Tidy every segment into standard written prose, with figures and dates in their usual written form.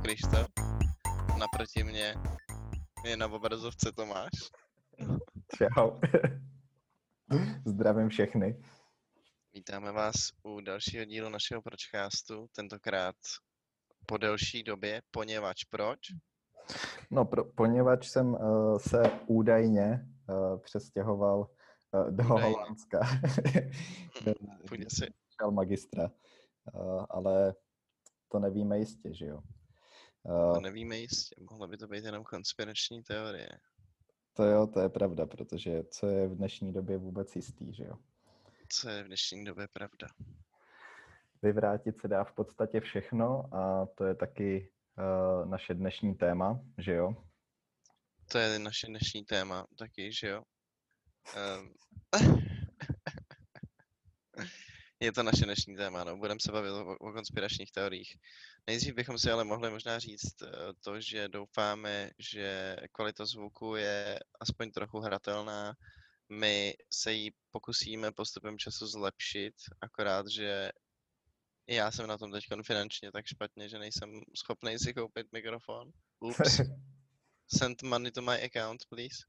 Krištof. Naproti mě je na obrazovce Tomáš. Čau. Zdravím všechny. Vítáme vás u dalšího dílu našeho podcastu, tentokrát po delší době, poněvadž proč? No, poněvadž jsem se údajně přestěhoval do Holandska. Šel magistra, ale to nevíme jistě, že jo? To nevíme jistě, mohlo by to být jenom konspirační teorie. To jo, to je pravda, protože co je v dnešní době vůbec jistý, že jo? Co je v dnešní době pravda? Vyvrátit se dá v podstatě všechno a to je taky naše dnešní téma, že jo? To je naše dnešní téma taky, že jo? Je to naše dnešní téma, no. Budeme se bavit o konspiračních teoriích. Nejdřív bychom si ale mohli možná říct to, že doufáme, že kvalita zvuku je aspoň trochu hratelná. My se ji pokusíme postupem času zlepšit, akorát, že já jsem na tom teď finančně tak špatně, že nejsem schopný si koupit mikrofon. Ups. Send money to my account, please.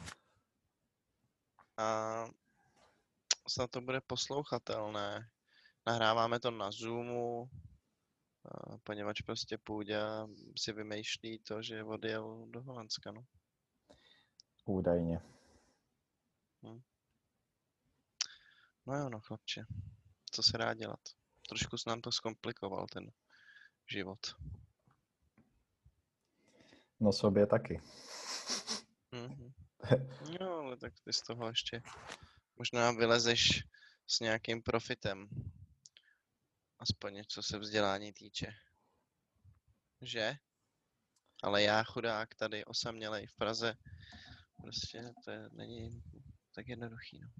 A snad to bude poslouchatelné. Nahráváme to na Zoomu, poněvadž prostě Půďa si vymýšlí to, že odjel do Holandska, no. Údajně. No jo, no chlapče, co se dá dělat? Trošku se nám to zkomplikoval ten život. No sobě taky. No, ale tak ty z toho ještě možná vylezeš s nějakým profitem. Aspoň co se vzdělání týče. Že? Ale já chudák tady osamělej v Praze, prostě to není tak jednoduchý, no.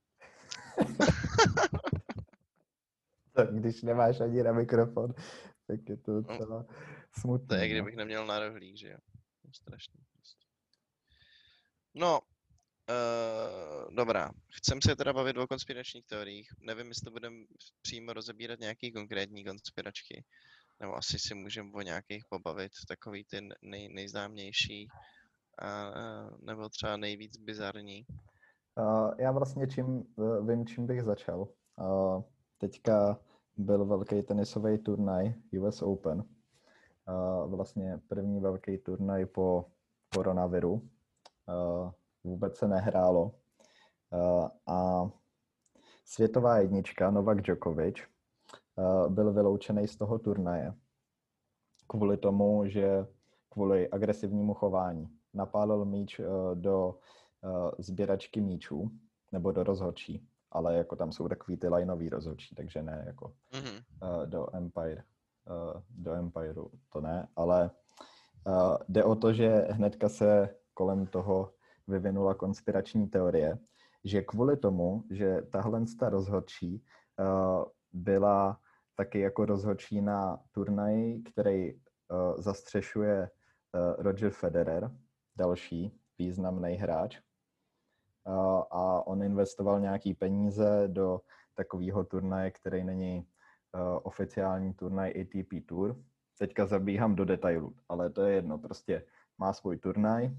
Tak když nemáš ani na mikrofon, tak je to docela smutné. To je, kdybych neměl na rohlík, že jo. Strašný prostě. No, dobrá. Chcem se teda bavit o konspiračních teoriích. Nevím, jestli budeme přímo rozebírat nějaký konkrétní konspiračky. Nebo asi si můžeme o nějakých pobavit, takový ty nejznámější, nebo třeba nejvíc bizarní. Já vlastně vím, čím bych začal. Teďka byl velký tenisový turnaj US Open. Vlastně první velký turnaj po koronaviru. Vůbec se nehrálo. A světová jednička Novak Djokovic byl vyloučený z toho turnaje kvůli tomu, že kvůli agresivnímu chování napálil míč do sběračky míčů nebo do rozhodčí, ale jako tam jsou takový ty lineový rozhodčí, takže ne jako do Empireu to ne, ale jde o to, že hnedka se kolem toho vyvinula konspirační teorie, že kvůli tomu, že tahle rozhodčí byla taky jako rozhodčí na turnaji, který zastřešuje Roger Federer, další významný hráč. A on investoval nějaký peníze do takového turnaje, který není oficiální turnaj ATP Tour. Teďka zabíhám do detailů, ale to je jedno. Prostě má svůj turnaj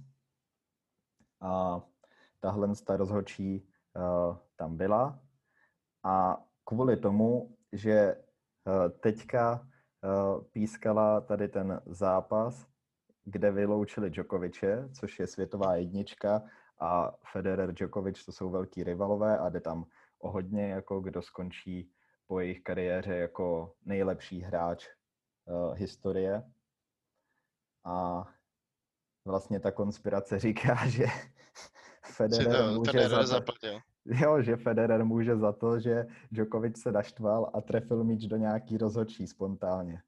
a tahle rozhodčí tam byla. A kvůli tomu, že teďka pískala tady ten zápas, kde vyloučili Djokoviče, což je světová jednička, a Federer, Djokovic, to jsou velký rivalové a jde tam o hodně, jako kdo skončí po jejich kariéře jako nejlepší hráč historie. A vlastně ta konspirace říká, že Federer může za to, že Djokovic se naštval a trefil míč do nějaký rozhodčí spontánně.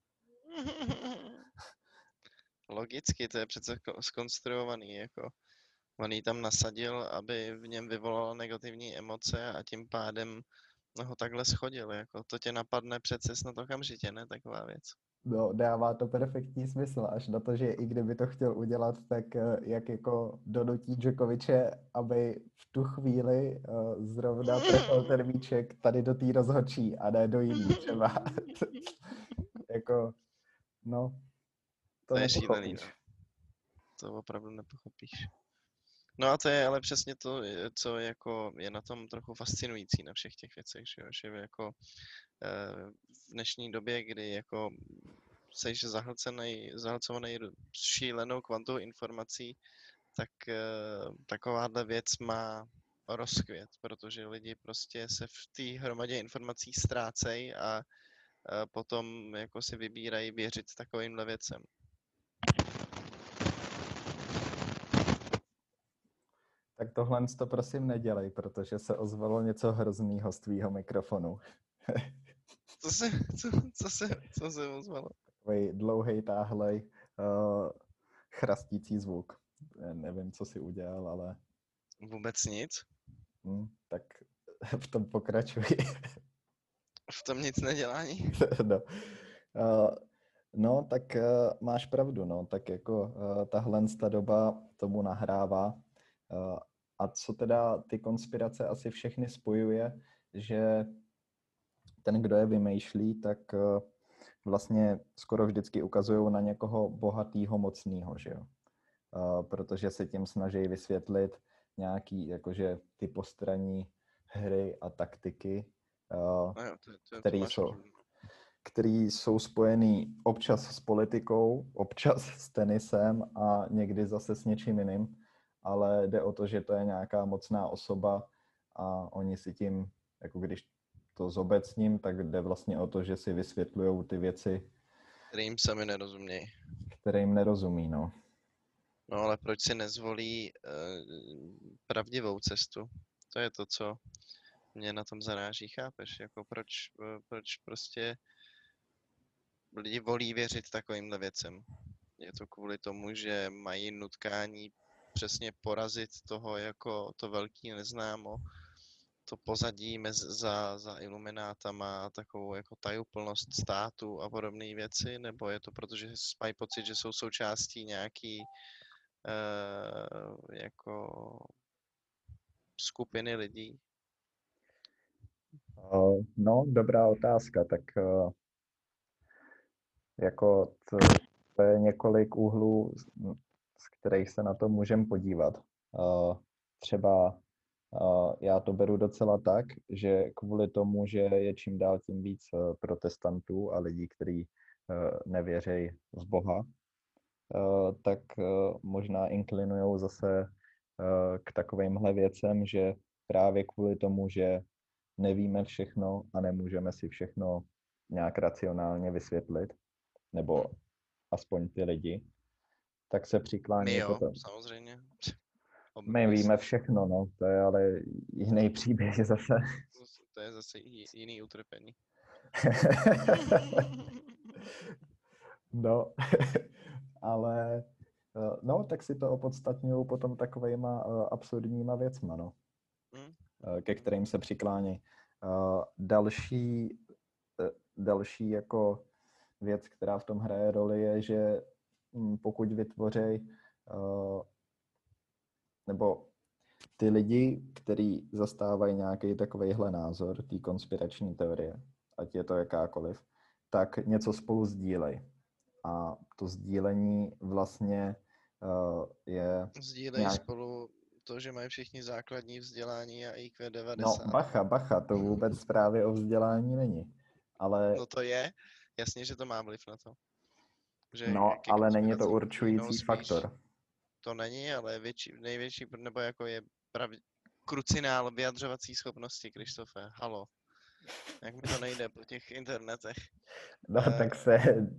Logicky, to je přece zkonstruovaný, jako. On ji tam nasadil, aby v něm vyvolala negativní emoce a tím pádem ho takhle schodil, jako. To tě napadne přece snad okamžitě, ne? Taková věc. No, dává to perfektní smysl, až na to, že i kdyby to chtěl udělat, tak jak jako donutí Djokoviče, aby v tu chvíli zrovna trefil ten míček tady do té rozhodčí a ne do jiný třeba. Jako, no. To je šílený, nepochopíš. no. To opravdu nepochopíš. No a to je ale přesně to, co jako je na tom trochu fascinující na všech těch věcech, že jako v dnešní době, kdy jako seš zahlcovaný šílenou kvantou informací, tak takováhle věc má rozkvět, protože lidi prostě se v té hromadě informací ztrácejí a potom jako si vybírají věřit takovýmhle věcem. Tak tohle to prosím nedělej, protože se ozvalo něco hroznýho z tvýho mikrofonu. Co se ozvalo? Takový dlouhej, táhlej, chrastící zvuk. Nevím, co si udělal, ale... Vůbec nic? Tak v tom pokračuj. V tom nic nedělání? No. No, tak máš pravdu, no, tak jako tahle ta doba tomu nahrává. A co teda ty konspirace asi všechny spojuje, že ten, kdo je vymýšlí, tak vlastně skoro vždycky ukazují na někoho bohatýho, mocnýho, že jo. Protože se tím snaží vysvětlit nějaký, jakože ty postranní hry a taktiky, které jsou spojený občas s politikou, občas s tenisem a někdy zase s něčím jiným, ale jde o to, že to je nějaká mocná osoba a oni si tím, jako když to zobecním, tak jde vlastně o to, že si vysvětlujou ty věci, kterým sami nerozumějí. Které jim nerozumí, no. No ale proč si nezvolí pravdivou cestu? To je to, co mě na tom zaráží, chápeš? Jako proč prostě lidi volí věřit takovýmhle věcem? Je to kvůli tomu, že mají nutkání přesně porazit toho jako to velký neznámo, to pozadí za iluminátama, takovou jako tajuplnost státu a podobné věci, nebo je to proto, že mají pocit, že jsou součástí nějaký jako skupiny lidí? No, dobrá otázka. Tak jako to je několik úhlů, z kterých se na to můžeme podívat. Třeba já to beru docela tak, že kvůli tomu, že je čím dál tím víc protestantů a lidí, kteří nevěří v Boha, tak možná inklinují zase k takovýmhle věcem, že právě kvůli tomu, že nevíme všechno a nemůžeme si všechno nějak racionálně vysvětlit, nebo aspoň ty lidi, tak se přiklání My jo, potom. samozřejmě. My víme všechno, no, to je ale jiný příběh zase. To je zase jiný utrpení. No, ale no, tak si to opodstatňují potom takovejma absurdníma věcma, no, ke kterým se přiklání. Další jako věc, která v tom hraje roli, je, že pokud vytvoří nebo ty lidi, kteří zastávají nějaký takovejhle názor, té konspirační teorie, ať je to jakákoliv, tak něco spolu sdílej. A to sdílení vlastně je... Sdílejí spolu to, že mají všichni základní vzdělání a IQ 90. No bacha, to vůbec právě o vzdělání není. Ale... No to je, jasně, že to má vliv na to. Že no, ale není to určující faktor. To není, ale největší, nebo jako je krucinál vyjadřovací schopnosti, Krištofe, halo. Jak mi to nejde po těch internetech. No, tak se...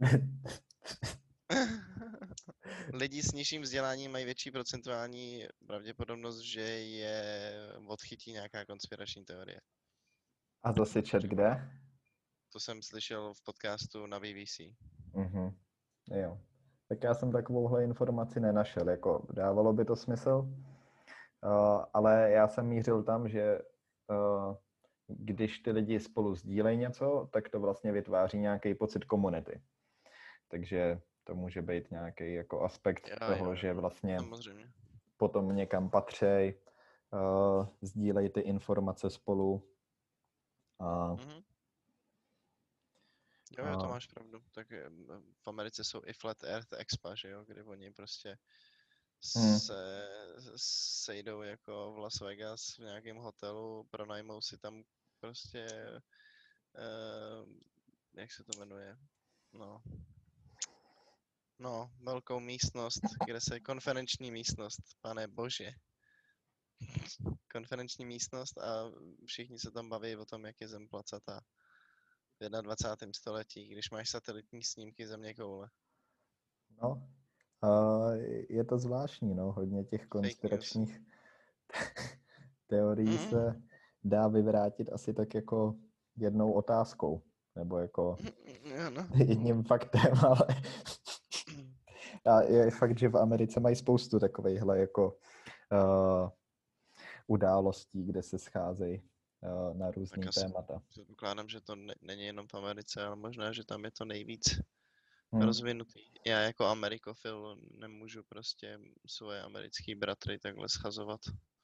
Lidi s nižším vzděláním mají větší procentuální pravděpodobnost, že je odchytí nějaká konspirační teorie. A to si čet kde? To jsem slyšel v podcastu na BBC. Jo. Tak já jsem takovouhle informaci nenašel. Jako dávalo by to smysl, ale já jsem mířil tam, že když ty lidi spolu sdílejí něco, tak to vlastně vytváří nějaký pocit komunity. Takže to může být nějaký jako aspekt toho, že vlastně samozřejmě. Potom někam patří, sdílejí ty informace spolu. Jo, to máš pravdu. Tak v Americe jsou i Flat Earth Expa, že jo, kde oni prostě se sejdou jako v Las Vegas v nějakém hotelu, pronajmou si tam prostě, jak se to jmenuje, no, velkou místnost, kde se, konferenční místnost, pane bože, konferenční místnost a všichni se tam baví o tom, jak je Zem placatá v 21. století, když máš satelitní snímky zeměkoule. No, je to zvláštní, no, hodně těch konspiračních teorií se dá vyvrátit asi tak jako jednou otázkou, nebo jako jedním faktem, ale a je fakt, že v Americe mají spoustu takovejhle jako událostí, kde se scházejí na různý témata. Předpokládám, že to není jenom v Americe, ale možná, že tam je to nejvíc rozvinutý. Já jako amerikofil nemůžu prostě svoje americký bratry takhle schazovat.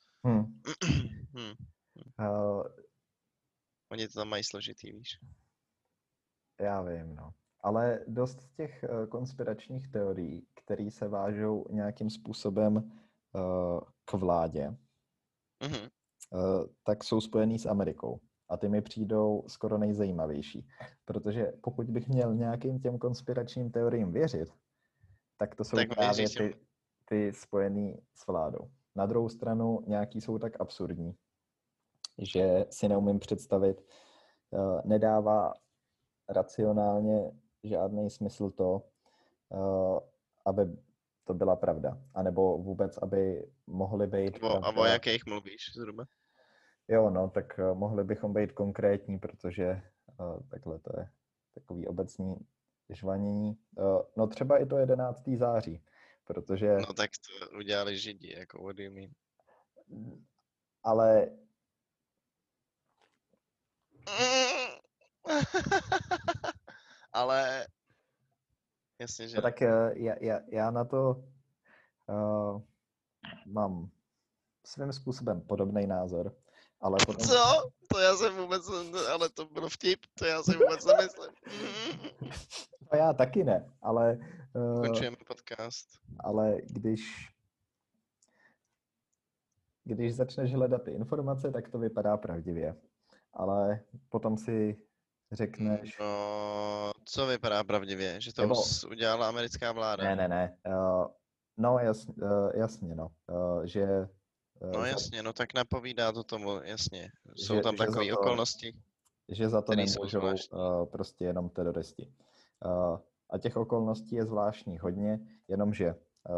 Oni to tam mají složitý, víš. Já vím, no. Ale dost z těch konspiračních teorií, které se vážou nějakým způsobem k vládě, tak jsou spojený s Amerikou. A ty mi přijdou skoro nejzajímavější. Protože pokud bych měl nějakým těm konspiračním teoriím věřit, tak to jsou tak právě ty spojený s vládou. Na druhou stranu nějaký jsou tak absurdní, že si neumím představit, nedává racionálně žádný smysl to, aby to byla pravda. A nebo vůbec, aby mohly být pravda. A o jakých mluvíš zhruba? Jo, no, tak mohli bychom být konkrétní, protože takhle to je takový obecný žvanění. No třeba i to 11. září, protože... No tak to udělali Židi, jako what do you mean? Ale... Ale... Jasně, že... No, tak já na to mám svým způsobem podobný názor, ale potom... Co? To já jsem vůbec... Ale to bylo vtip, to já si vůbec nemyslím. No já taky ne, ale... Končujeme podcast. Ale když začneš hledat ty informace, tak to vypadá pravdivě. Ale potom si řekneš... No, co vypadá pravdivě? Že to udělala americká vláda? Ne. No jasně, no. Že... No jasně, no tak napovídá to tomu, jasně. Jsou tam takové okolnosti. Že za to nemůžou prostě jenom teroristi. A těch okolností je zvláštní hodně, jenomže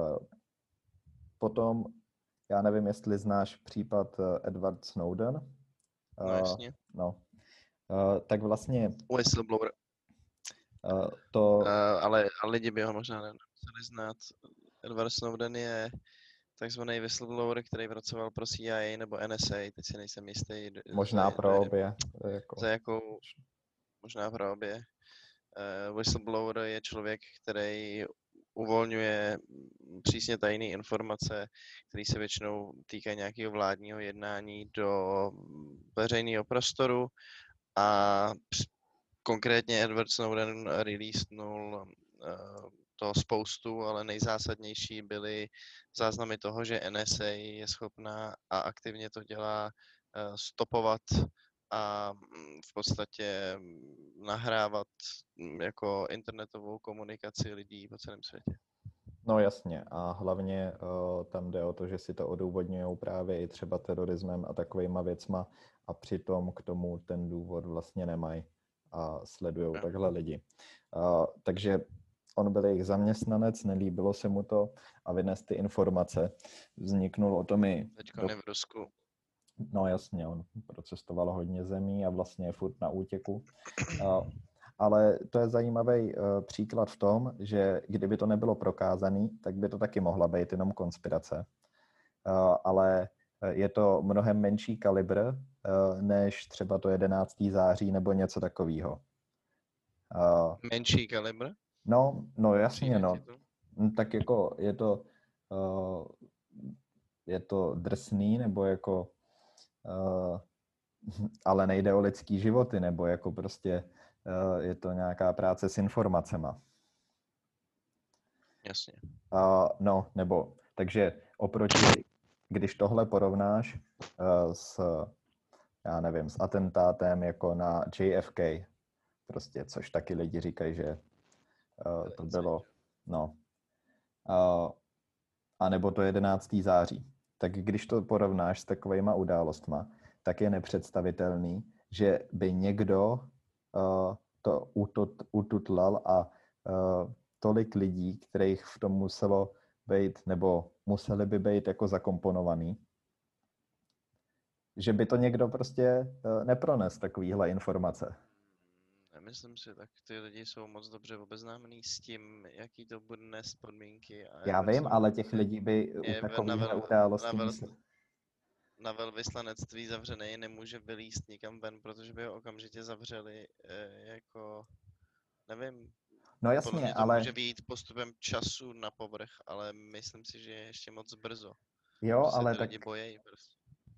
potom, já nevím, jestli znáš případ Edward Snowden. No jasně. No. Tak vlastně... Whistleblower. To... Ale lidi by ho možná nemuseli znát. Edward Snowden je takzvaný whistleblower, který pracoval pro CIA nebo NSA, teď si nejsem jistý. Možná pro obě. Za jakou? Možná pro obě. Whistleblower je člověk, který uvolňuje přísně tajné informace, které se většinou týkají nějakého vládního jednání do veřejného prostoru a konkrétně Edward Snowden releasenul toho spoustu, ale nejzásadnější byly záznamy toho, že NSA je schopná a aktivně to dělá stopovat a v podstatě nahrávat jako internetovou komunikaci lidí po celém světě. No jasně a hlavně tam jde o to, že si to odůvodňují právě i třeba terorismem a takovýma věcma a přitom k tomu ten důvod vlastně nemají a sledují takhle lidi. Takže on byl jejich zaměstnanec, nelíbilo se mu to a vynes ty informace. Vzniknul o tom i... Teďko v Rusku. No jasně, on procestoval hodně zemí a vlastně je furt na útěku. Ale to je zajímavý příklad v tom, že kdyby to nebylo prokázaný, tak by to taky mohla být jenom konspirace. Ale je to mnohem menší kalibr, než třeba to 11. září nebo něco takového. Menší kalibr? No jasně, no. Tak jako je to drsný, nebo jako ale nejde o lidský životy, nebo jako prostě je to nějaká práce s informacema. Jasně. No, nebo, takže oproti, když tohle porovnáš s, já nevím, s atentátem jako na JFK, prostě, což taky lidi říkají, že to bylo, no, a nebo to 11. září. Tak když to porovnáš s takovýma událostma, tak je nepředstavitelný, že by někdo to ututlal a tolik lidí, kterých v tom muselo být, nebo museli by být jako zakomponovaný, že by to někdo prostě neprones takovýhle informace. Nemyslím si, tak ty lidi jsou moc dobře obeznámení s tím, jaký to bude nést podmínky. A Já jako vím, co ale těch lidí by u takovýchhle událostí na velvyslanectví zavřený nemůže vylízt nikam ven, protože by ho okamžitě zavřeli, jako, nevím, No podle jasně, mě to ale může být postupem času na povrch, ale myslím si, že je ještě moc brzo. jo, Prostě ale ty tak lidi bojejí prostě.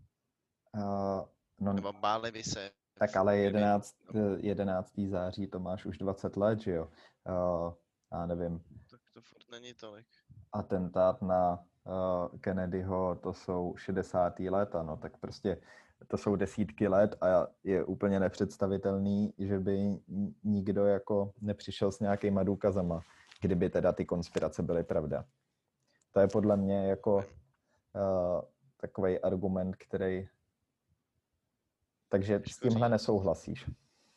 no, Nebo báli by se, tak ale kdyby, 11. září to máš už 20 let, že jo? Já nevím, tak to furt není tolik. atentát na Kennedyho, to jsou 60. léta, no tak prostě to jsou desítky let a je úplně nepředstavitelný, že by nikdo jako nepřišel s nějakýma důkazama, kdyby teda ty konspirace byly pravda. To je podle mě jako takový argument, který... Takže s tímhle nesouhlasíš.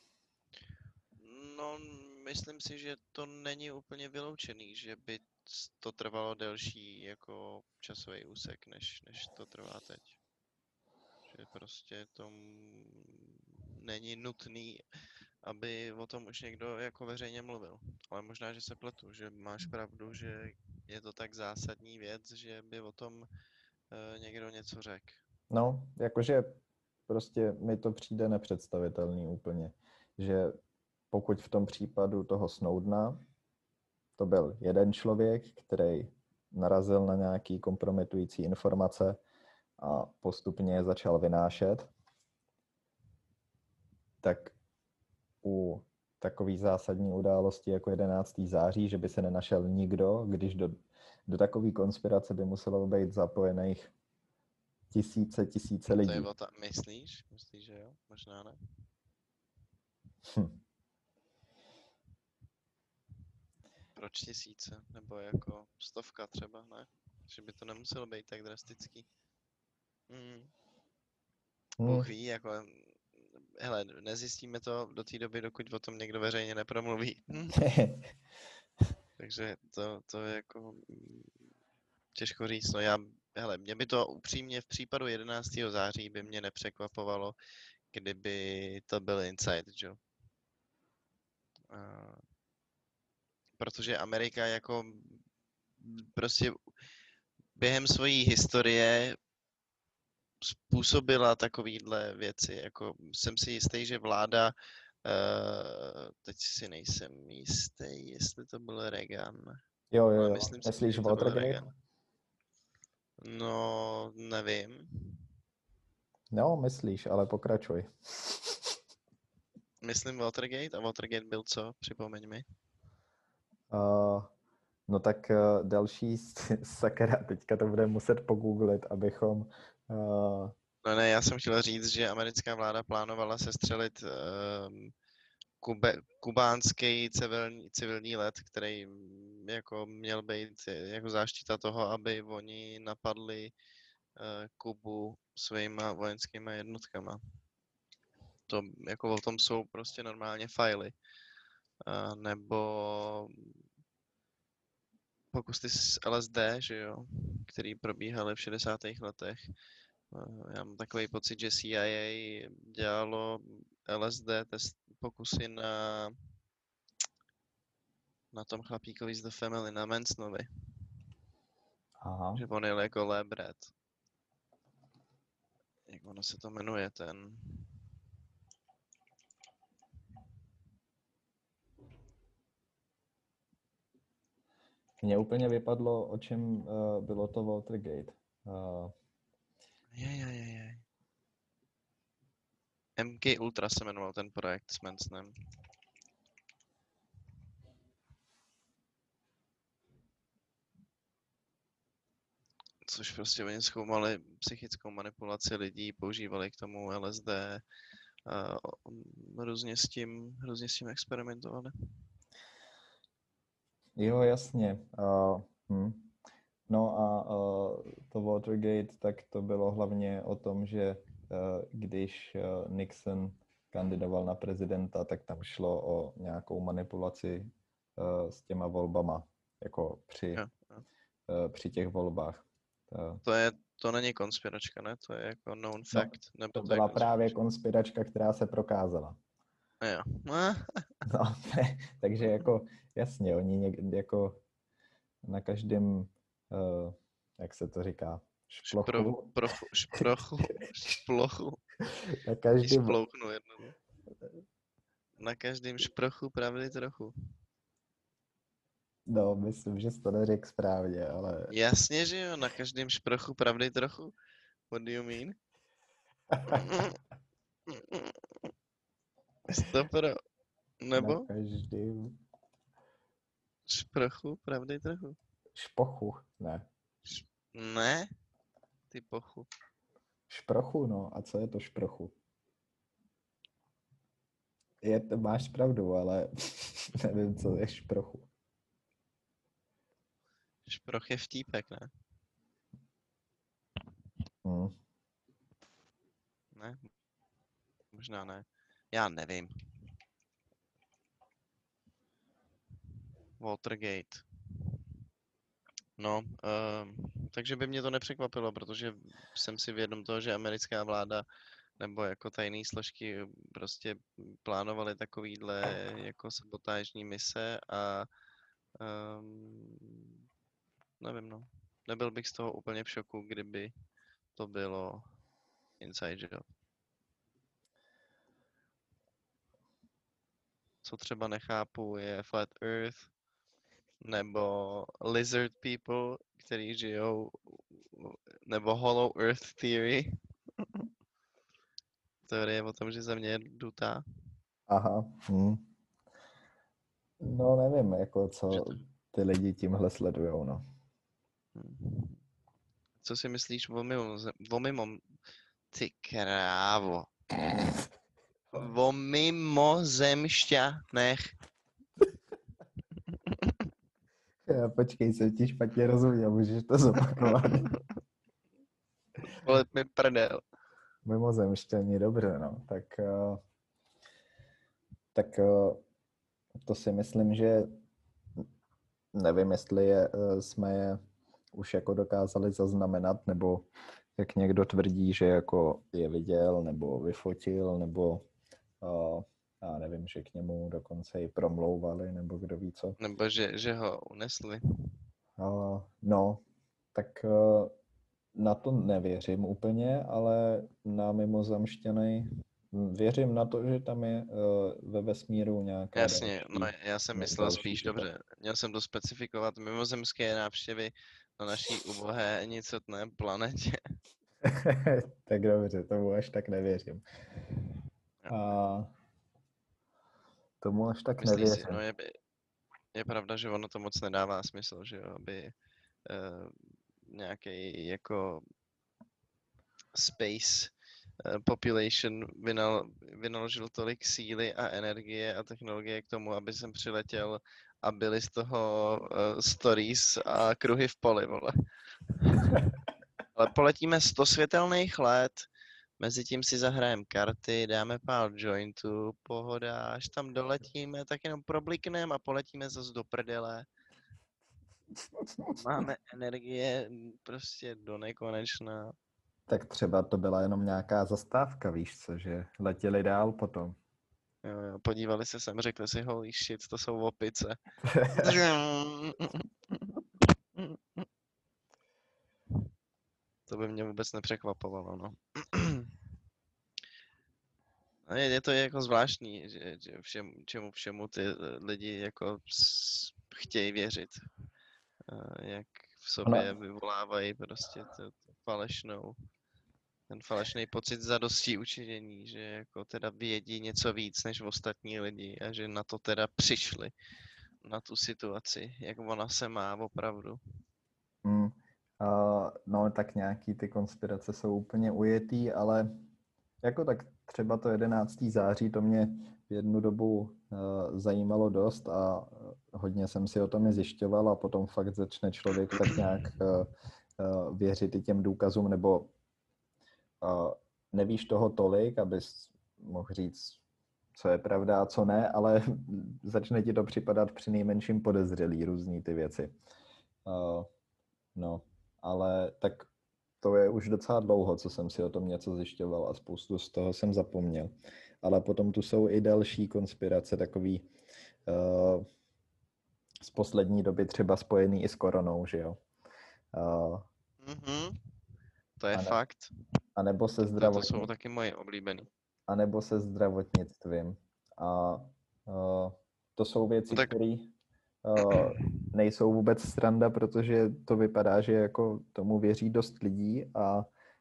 No, myslím si, že to není úplně vyloučený, že by to trvalo delší jako časový úsek, než to trvá teď. Že prostě to není nutný, aby o tom už někdo jako veřejně mluvil. Ale možná, že se pletu, že máš pravdu, že je to tak zásadní věc, že by o tom někdo něco řekl. No, jakože prostě mi to přijde nepředstavitelný úplně, že pokud v tom případu toho Snowdena to byl jeden člověk, který narazil na nějaký kompromitující informace a postupně je začal vynášet, tak u takové zásadní události jako 11. září, že by se nenašel nikdo, když do takové konspirace by muselo být zapojených tisíce lidí. To je myslíš? Myslíš, že jo? Možná ne. Proč tisíce? Nebo jako 100 třeba, ne? Že by to nemuselo být tak drastický. Bůh ví, jako... Hele, nezjistíme to do té doby, dokud o tom někdo veřejně nepromluví. Takže to je jako... Těžko říct, no hele, mě by to upřímně v případu 11. září by mě nepřekvapovalo, kdyby to byl inside job. Protože Amerika jako prostě během svojí historie způsobila takovýhle věci. Jako jsem si jistý, že vláda, teď si nejsem jistý, jestli to byl Reagan. Jo. Myslím si, Myslíš že to byl Watergate? Reagan. No, nevím. No, myslíš, ale pokračuj. Myslím Watergate a Watergate byl co? Připomeň mi. No tak další sakra, teďka to budeme muset pogooglit, abychom... No ne, já jsem chtěl říct, že americká vláda plánovala sestřelit kubánský civilní let, který jako měl být jako záštita toho, aby oni napadli Kubu svýma vojenskýma jednotkama. To jako o tom jsou prostě normálně fajly. Nebo pokusy s LSD, že jo, který probíhaly v 60. letech. Já mám takový pocit, že CIA dělalo LSD pokusy na tom chlapíkovi z The Family, na Mansonovi. Aha. Že on jel jako Lebret. Jak ono se to jmenuje, ten... Mně úplně vypadlo, o čem bylo to Watergate. MK Ultra se jmenoval ten projekt s Mansonem. což prostě oni zkoumali psychickou manipulaci lidí, používali k tomu LSD a různě s tím experimentovali. Jo, jasně. No a to Watergate, tak to bylo hlavně o tom, že když Nixon kandidoval na prezidenta, tak tam šlo o nějakou manipulaci s těma volbama, jako Jo. při těch volbách. To není konspiračka, ne? To je jako known No, fact. Nebo to to je byla právě konspiračka? konspiračka, která se prokázala. Jo. No, takže jako jasně, oni jako na každém, jak se to říká, šplochu. Šplochu. Na každém, Šplouchnu jednou. Na každém šprochu pravdy trochu. no, myslím, že jsi to neřekl správně, ale Jasně, že jo, na každém šprochu pravdy trochu. What do you mean? Stopro. na Nebo každém šprochu pravdy trochu. špochu, ne. Ne? Ty pochu. Šprochu, no. A co je to šprochu? Máš pravdu, ale nevím, co je šprochu. Šproch je vtípek, ne? Ne? Možná ne. Já nevím. Watergate. No, takže by mě to nepřekvapilo, protože jsem si vědom toho, že americká vláda nebo jako tajné složky prostě plánovaly takovýhle jako sabotážní mise a nevím, no. Nebyl bych z toho úplně v šoku, kdyby to bylo inside job. Co třeba nechápu je Flat Earth nebo Lizard People, který žijou, nebo Hollow Earth Theory. Teorie o tom, že země je dutá. Aha. No nevím, jako co ty lidi tímhle sledujou, no. Co si myslíš o mimo... Ty krávo. O mimozemšťanech. Počkej, jsem ti špatně rozuměl, můžeš to zopakovat. Vole mi prdel. Mimozemšťaní, dobře, no. Tak to si myslím, že nevím, jestli jsme je už jako dokázali zaznamenat, nebo jak někdo tvrdí, že jako je viděl, nebo vyfotil, nebo já nevím, že k němu dokonce i promlouvali, nebo kdo ví co. Nebo že ho unesli. No, tak na to nevěřím úplně, ale na mimozemšťany věřím na to, že tam je ve vesmíru nějaká Jasně, další, no já jsem myslel spíš dobře. Měl jsem to specifikovat mimozemské návštěvy na naší ubohé nicotné planetě. Tak dobře, tomu až tak nevěřím. Tomu až tak Myslíš nevěřím. si, no je pravda, že ono to moc nedává smysl, že jo, aby nějaký jako space population vynaložil tolik síly a energie a technologie k tomu, aby sem přiletěl a byly z toho stories a kruhy v poli, vole. Ale poletíme 100 světelných let, mezi tím si zahrajeme karty, dáme pár jointů, pohoda, až tam doletíme, tak jenom problikneme a poletíme zase do prdele. Máme energie prostě do nekonečna. Tak třeba to byla jenom nějaká zastávka, víš co, že letěli dál potom. Jo, podívali se sem, řekli si, holy shit, to jsou opice. To by mě vůbec nepřekvapovalo, no. Je to jako zvláštní, že čemu všemu ty lidi jako chtějí věřit. Jak v sobě vyvolávají prostě ten falešný pocit zadosti učinění, že jako teda vědí něco víc než ostatní lidi a že na to teda přišli, na tu situaci, jak ona se má opravdu. No, tak nějaký ty konspirace jsou úplně ujetý, ale jako tak třeba to 11. září, to mě v jednu dobu zajímalo dost a hodně jsem si o tom i zjišťoval a potom fakt začne člověk tak nějak věřit i těm důkazům, nebo nevíš toho tolik, abys mohl říct, co je pravda a co ne, ale začne ti to připadat při nejmenším podezřelý různý ty věci. No, ale tak to je už docela dlouho, co jsem si o tom něco zjišťoval a spoustu z toho jsem zapomněl. Ale potom tu jsou i další konspirace, takový z poslední doby třeba spojený i s koronou, že jo? To je A, ne, fakt. a nebo se To jsou taky moje oblíbený. A nebo se zdravotnictvím. A to jsou věci, No tak... které nejsou vůbec sranda, protože to vypadá, že jako tomu věří dost lidí a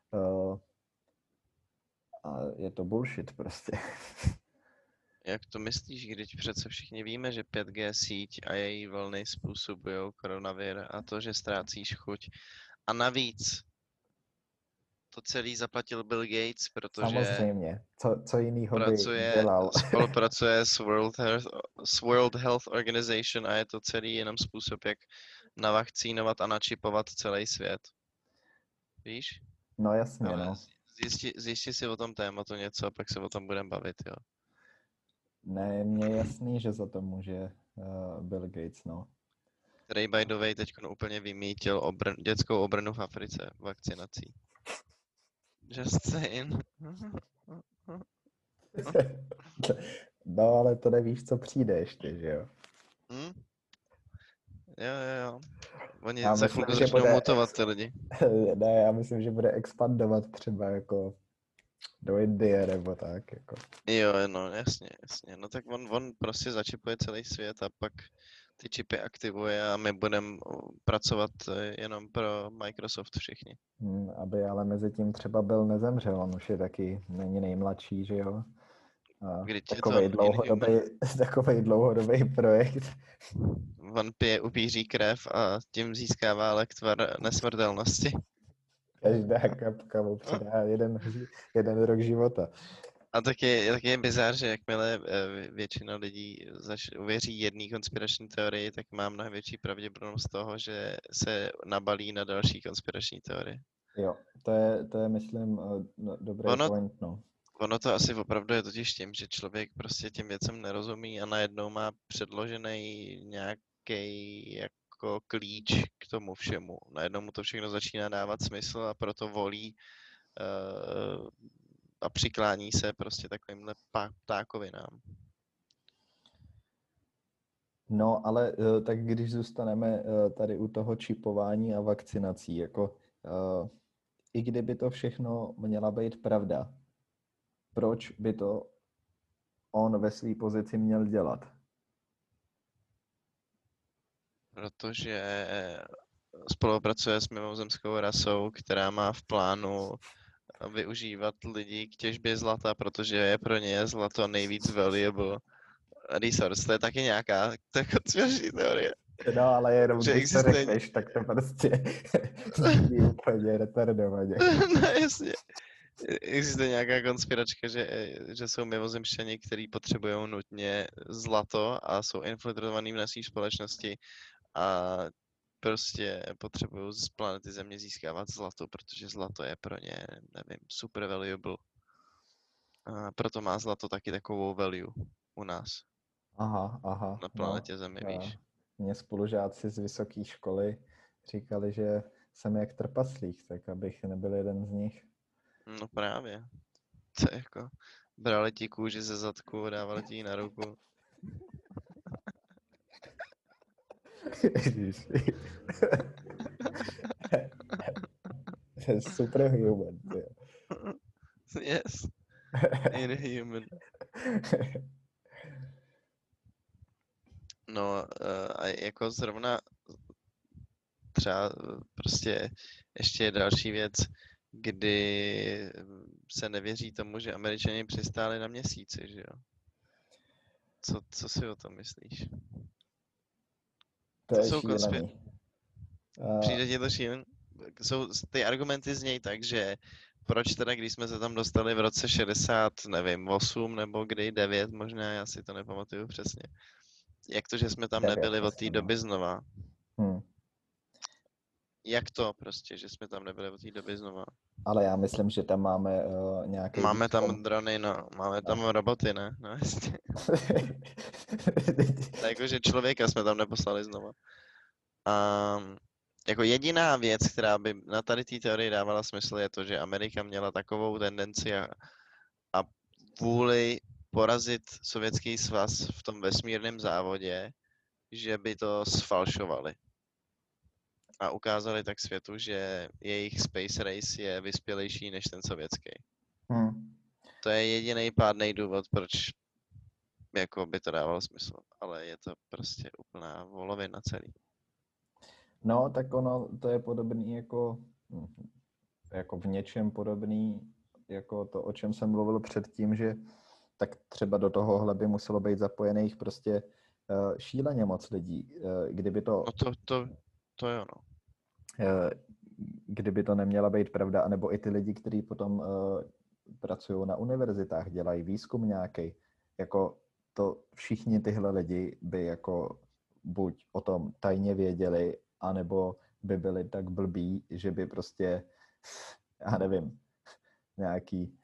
je to bullshit prostě. Jak to myslíš, když přece všichni víme, že 5G síť a její vlny způsobují koronavir a to, že ztrácíš chuť. A navíc to celý zaplatil Bill Gates, protože Samozřejmě. Co jiného by dělal? spolupracuje s World Health Organization a je to celý jenom způsob, jak navakcínovat a načipovat celý svět. Víš? No jasně, ale no. Zjistí si o tom tématu něco a pak se o tom budeme bavit, jo. Ne, mně je jasný, že za to může Bill Gates, no. Který by the way teď úplně vymítil dětskou obrnu v Africe vakcinací. Just saying. No, ale to nevíš, co přijde ještě, že jo? Jo. Oni Já za chvilku začnou mutovat ty lidi. Ne, já myslím, že bude expandovat třeba jako do Indie nebo tak, jako. Jo, no, jasně. No tak on prostě začipuje celý svět a pak ty čipy aktivuje a my budeme pracovat jenom pro Microsoft všichni. Aby ale mezi tím třeba Bill nezemřel, on už je taky, není nejmladší, že jo? Takovej dlouhodobý projekt. On pije upíří krev a tím získává lektvar nesmrtelnosti. Každá kapka mu přidá jeden rok života. A taky je bizár, že jakmile většina lidí uvěří jedné konspirační teorii, tak má mnohem větší pravděpodobnost toho, že se nabalí na další konspirační teorie. Jo, to je myslím, dobrý point, no. Ono to asi opravdu je totiž tím, že člověk prostě těm věcem nerozumí a najednou má předložený nějaký jako klíč k tomu všemu. Najednou mu to všechno začíná dávat smysl a proto volí a přiklání se prostě takovýmhle ptákovinám. No, ale tak když zůstaneme tady u toho čipování a vakcinací, jako i kdyby to všechno měla být pravda, proč by to on ve své pozici měl dělat? Protože spolupracuje s mimozemskou rasou, která má v plánu využívat lidi k těžbě zlata, protože je pro ně zlato nejvíc valuable resource. To je taky nějaká konspirační teorie. No, ale jenom když to řekneš, tak to prostě je úplně retardovaně. No jasně. Existuje nějaká konspiračka, že jsou mimozemšťani, kteří potřebují nutně zlato a jsou infiltrovaní v naší společnosti a prostě potřebují z planety Země získávat zlato, protože zlato je pro ně, nevím, super valuable. A proto má zlato taky takovou value u nás. Aha. Na planetě Země, víš. Mě spolužáci z vysoké školy říkali, že jsem jak trpaslík, tak abych nebyl jeden z nich. No právě. To je jako, brali ti kůži ze zadku, dávali ti ji na ruku. Superhuman. Yes. Inhuman. No a jako zrovna třeba prostě ještě další věc, kdy se nevěří tomu, že Američani přistáli na Měsíci, že jo? Co si o tom myslíš? To je šílený. Přijde ti to šílený? ty argumenty znějí tak, že proč teda, když jsme se tam dostali v roce 60, nevím, 8 nebo kdy, 9 možná, já si to nepamatuju přesně. Jak to, že jsme tam 9, nebyli od té myslím, no. doby znova? Hmm. Jak to prostě, že jsme tam nebyli od té doby znova? Ale já myslím, že tam máme nějaký Máme výzkum. tam drony, no, máme tam roboty, ne? No jasně. Tak jakože člověka jsme tam neposlali znova. A jako jediná věc, která by na tady té teorii dávala smysl, je to, že Amerika měla takovou tendenci a vůli porazit Sovětský svaz v tom vesmírném závodě, že by to sfalšovali. A ukázali tak světu, že jejich space race je vyspělejší než ten sovětský. To je jediný pádný důvod, proč jako by to dávalo smysl. Ale je to prostě úplná volovina celý. No, tak ono, to je podobný jako v něčem podobný, jako to, o čem jsem mluvil předtím, že tak třeba do tohohle by muselo být zapojených prostě šíleně moc lidí. Kdyby to... No to jo, no. Kdyby to neměla být pravda, anebo i ty lidi, kteří potom pracují na univerzitách, dělají výzkum nějaký, jako to všichni tyhle lidi by jako buď o tom tajně věděli, anebo by byli tak blbí, že by prostě, já nevím, nějaký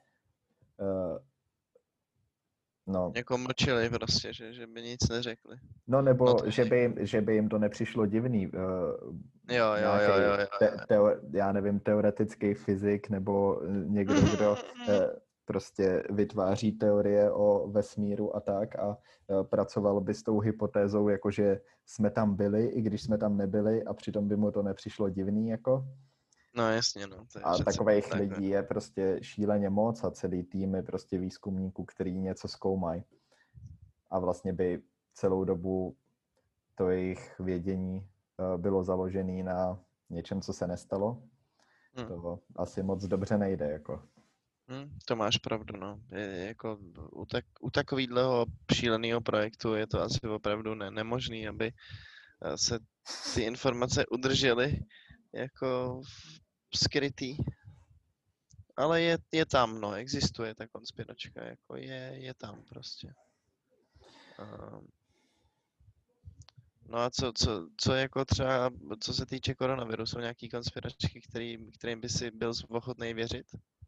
no. Jako mlčeli prostě, že by nic neřekli. No nebo, No to že by jim to nepřišlo divný. Jo. Já nevím, teoretický fyzik nebo někdo, kdo prostě vytváří teorie o vesmíru a tak a pracoval by s tou hypotézou, jakože jsme tam byli, i když jsme tam nebyli a přitom by mu to nepřišlo divný, jako. No jasně, no. To je A takových tak, lidí je prostě šíleně moc a celý tým je prostě výzkumníků, který něco zkoumají. A vlastně by celou dobu to jejich vědění bylo založené na něčem, co se nestalo. To asi moc dobře nejde, jako. To máš pravdu, no. Jako u takového šíleného projektu je to asi opravdu nemožný, aby se ty informace udržely jako skrytý. Ale je tam, no, existuje ta konspiračka, jako je tam prostě. No a co jako třeba, co se týče koronaviru, jsou nějaký konspiračky, kterým by si byl ochotný věřit?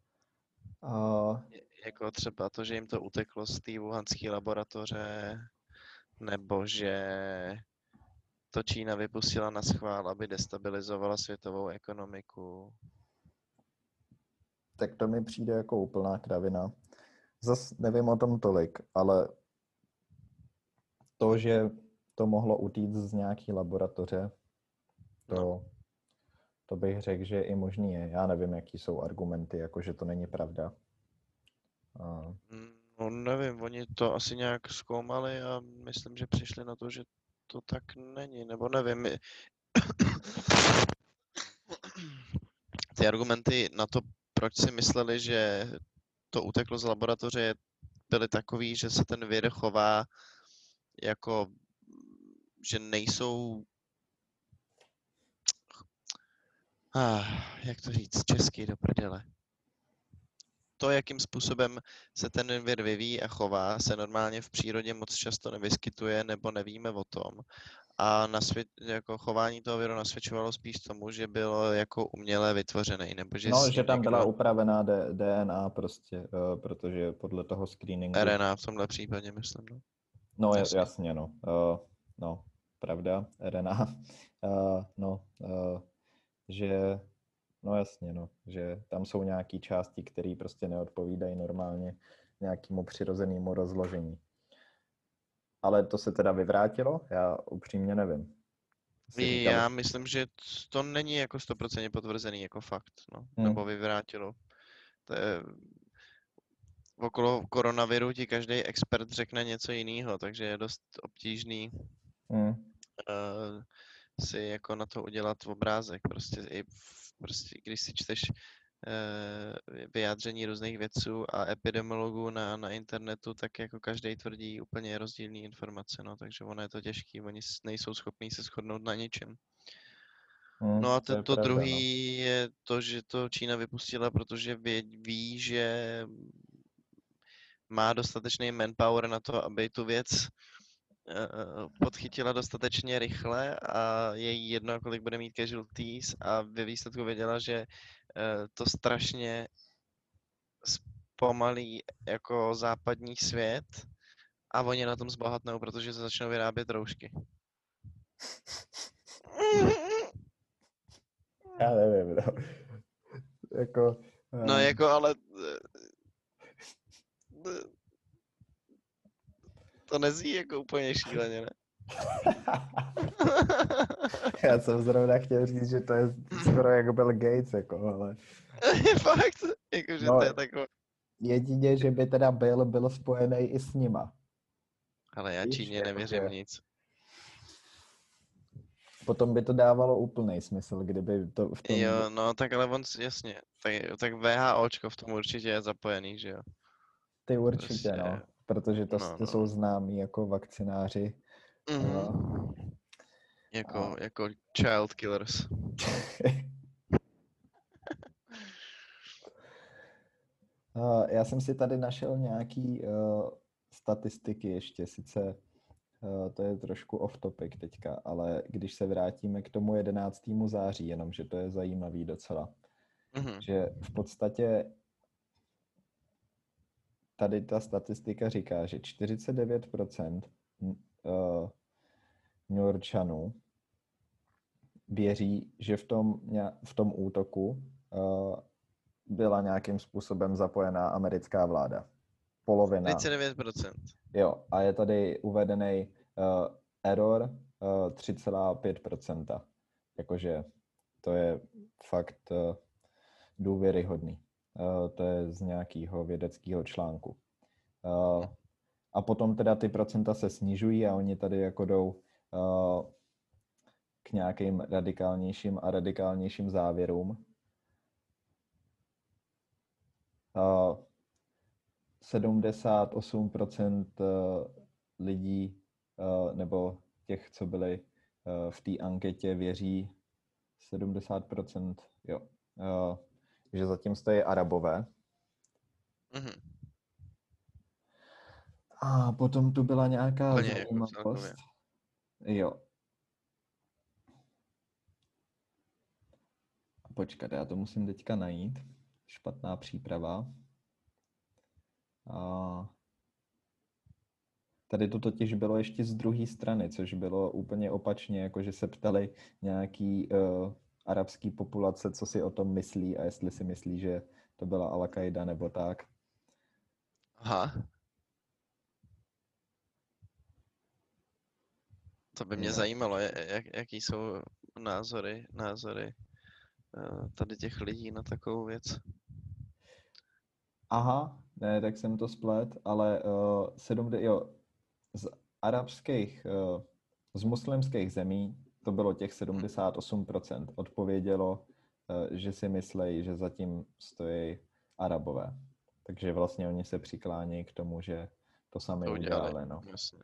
Jako třeba to, že jim to uteklo z té wuhanské laboratoře, nebo že to Čína vypustila na schvál, aby destabilizovala světovou ekonomiku. Tak to mi přijde jako úplná kravina. Zas nevím o tom tolik, ale to, že to mohlo utíct z nějaký laboratoře, to bych řekl, že i možný je. Já nevím, jaký jsou argumenty, jako že to není pravda. No nevím, oni to asi nějak zkoumali a myslím, že přišli na to, že to tak není, nebo nevím. Ty argumenty na to, proč si mysleli, že to uteklo z laboratoře, byly takový, že se ten vir chová jako, že nejsou, jak to říct, česky do prdele. To, jakým způsobem se ten vir vyvíjí a chová, se normálně v přírodě moc často nevyskytuje, nebo nevíme o tom. A jako chování toho viru nasvědčovalo spíš tomu, že bylo jako uměle vytvořený, nebo že že tam byla upravená DNA prostě, protože podle toho screeningu... RNA v tomhle případě, myslím, no. No jasně, no. No, pravda, RNA. Že... No jasně, no, že tam jsou nějaké části, které prostě neodpovídají normálně nějakému přirozenému rozložení. Ale to se teda vyvrátilo? Já upřímně nevím. Já myslím, že to není jako 100% potvrzený jako fakt, no, nebo vyvrátilo. To je... Okolo koronaviru ti každý expert řekne něco jiného, takže je dost obtížný si jako na to udělat obrázek. Prostě když si čteš vyjádření různých vědců a epidemiologů na internetu, tak jako každý tvrdí úplně rozdílné informace, no, takže ono je to těžký, oni nejsou schopní se shodnout na ničem. No a To je to pravda, no. druhý je to, že to Čína vypustila, protože ví, že má dostatečný manpower na to, aby tu věc podchytila dostatečně rychle a je jí jedno, kolik bude mít casualties a ve výsledku věděla, že to strašně zpomalí jako západní svět a oni na tom zbohatnou, protože se začnou vyrábět roušky. Já nevím, no. Jako, No jako, ale to nezní jako úplně šíleně, ne? Já jsem zrovna chtěl říct, že to je skoro jako Bill Gates, jako, ale... Fakt, jakože No, to je takové. jedině, že by teda byl spojený i s nima. Ale já Víš, Číně nevěřím nic. Potom by to dávalo úplný smysl, kdyby to v tom... Jo, no tak ale on, jasně, tak VHOčko v tom určitě je zapojený, že jo? Ty určitě, Prostě, no. Protože no. to jsou známí jako vakcináři. Mhm. Jako child killers. Já jsem si tady našel nějaký statistiky ještě, sice to je trošku off topic teďka, ale když se vrátíme k tomu 11. září, jenomže to je zajímavý docela, že v podstatě tady ta statistika říká, že 49% Newyorčanů věří, že v tom útoku byla nějakým způsobem zapojená americká vláda. Polovina. 39%. Jo, a je tady uvedený error 3,5%. Jakože to je fakt důvěryhodný. To je z nějakého vědeckého článku. A potom teda ty procenta se snižují a oni tady jako jdou k nějakým radikálnějším závěrům. 78% lidí nebo těch, co byli v té anketě, věří 70%, jo, že zatím stojí Arabové. Mhm. A potom tu byla nějaká Úplně jako zajímavost. celkově. Jo. Počkat, já to musím teďka najít. Špatná příprava. Tady to totiž bylo ještě z druhé strany, což bylo úplně opačně, jakože se ptali nějaký arabský populace, co si o tom myslí a jestli si myslí, že to byla Al-Qaida nebo tak. Aha. To by mě zajímalo, jaký jsou názory tady těch lidí na takovou věc. Aha, ne, tak jsem to splet, ale z arabských, z muslimských zemí to bylo těch 78% odpovědělo, že si myslejí, že zatím stojí Arabové. Takže vlastně oni se přiklání k tomu, že to sami udělali. No. Jasně.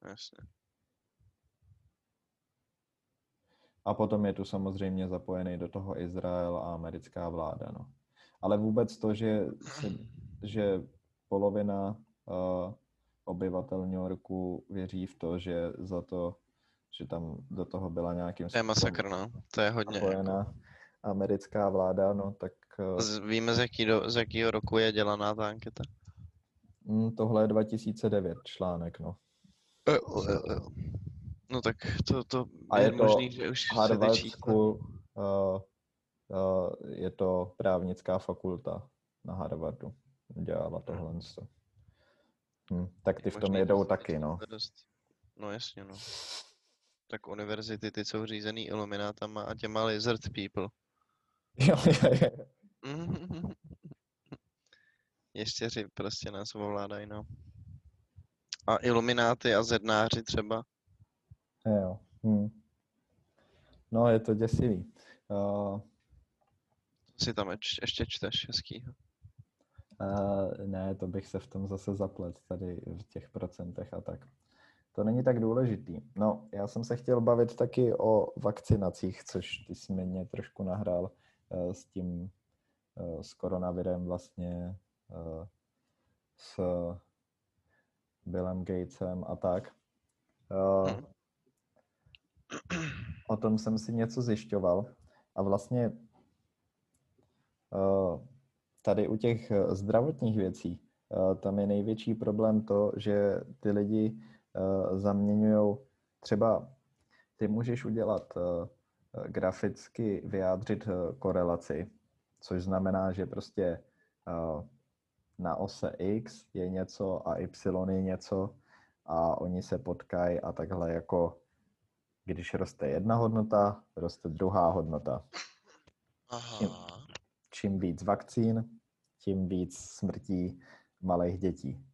A potom je tu samozřejmě zapojený do toho Izrael a americká vláda. No. Ale vůbec to, že polovina obyvatel New Yorku věří v to, že za to, že tam do toho byla nějakým způsobem... To je masakr, no. To je hodně. Zapojená americká vláda, no tak... Víme, z jakého roku je dělaná ta anketa? Tohle je 2009 článek, no. No tak to a je možný, že už Harvard School, je to právnická fakulta na Harvardu. Dělala tohle. Tak ty v tom jedou taky, no. No jasně, no. Tak univerzity, ty jsou řízený iluminátama a těma lizard people. Jo. Ještěři prostě nás ovládají, no. A ilumináty a zednáři třeba. Jo. No, je to děsivý. Co si tam ještě čteš hezkýho? Ne, to bych se v tom zase zaplet tady v těch procentech a tak. To není tak důležitý. No, já jsem se chtěl bavit taky o vakcinacích, což ty jsi mě trošku nahrál s tím, s koronavirem vlastně, s Billem Gatesem a tak. O tom jsem si něco zjišťoval a vlastně tady u těch zdravotních věcí tam je největší problém to, že ty lidi zaměňují třeba, ty můžeš udělat graficky vyjádřit korelaci, což znamená, že prostě na ose X je něco a Y je něco a oni se potkají a takhle jako když roste jedna hodnota, roste druhá hodnota. Čím víc vakcín, tím víc smrtí malých dětí.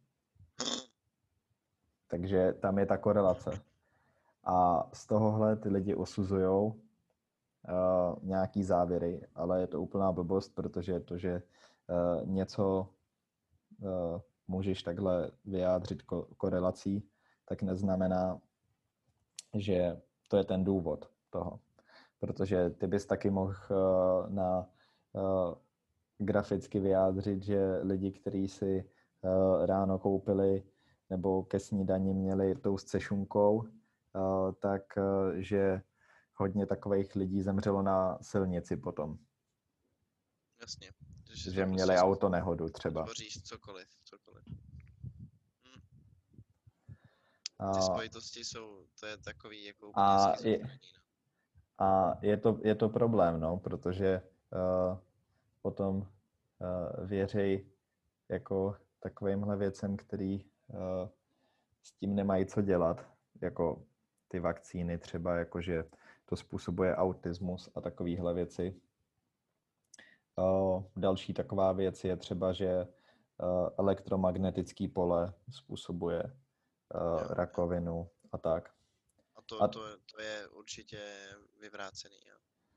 Takže tam je ta korelace. A z tohohle ty lidi usuzují nějaký závěry, ale je to úplná blbost, protože to, že něco můžeš takhle vyjádřit korelací, tak neznamená, že to je ten důvod toho. Protože ty bys taky mohl graficky vyjádřit, že lidi, kteří si ráno koupili nebo ke snídani měli toast se šunkou, tak že hodně takových lidí zemřelo na silnici potom. Jasně. Že měli autonehodu třeba. Tvoříš cokoliv. Ty spojitosti jsou, to je takový jako úplně a je to problém, no, protože potom věří jako takovýmhle věcem, který s tím nemají co dělat, jako ty vakcíny třeba, jakože to způsobuje autismus a takovéhle věci. Další taková věc je třeba, že elektromagnetický pole způsobuje rakovinu a tak. A to je určitě vyvrácený. Jo?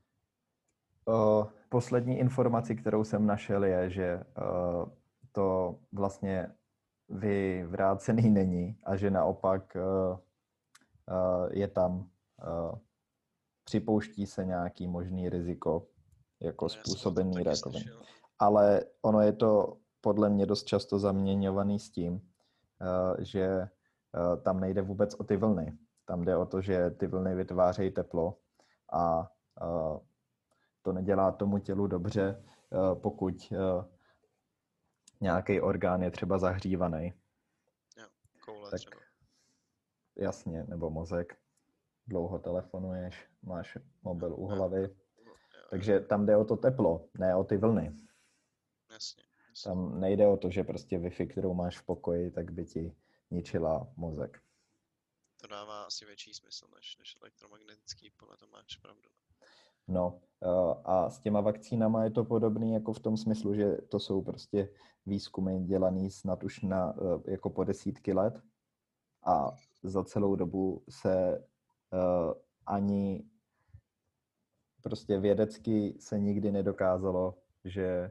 Poslední informaci, kterou jsem našel, je, že to vlastně vyvrácený není a že naopak je tam, připouští se nějaký možný riziko jako způsobený rakoviny. Ale ono je to podle mě dost často zaměňovaný s tím, že tam nejde vůbec o ty vlny. Tam jde o to, že ty vlny vytvářejí teplo a to nedělá tomu tělu dobře, pokud nějaký orgán je třeba zahřívaný. Jo, koule tak, třeba. Jasně, nebo mozek. Dlouho telefonuješ, máš mobil u hlavy. Takže tam jde o to teplo, ne o ty vlny. Jasně. Tam nejde o to, že prostě Wi-Fi, kterou máš v pokoji, tak by ti ničila mozek. To dává asi větší smysl než elektromagnetický pole, to máš pravdu. No a s těma vakcínama je to podobný jako v tom smyslu, že to jsou prostě výzkumy dělaný snad už jako po desítky let a za celou dobu se ani prostě vědecky se nikdy nedokázalo, že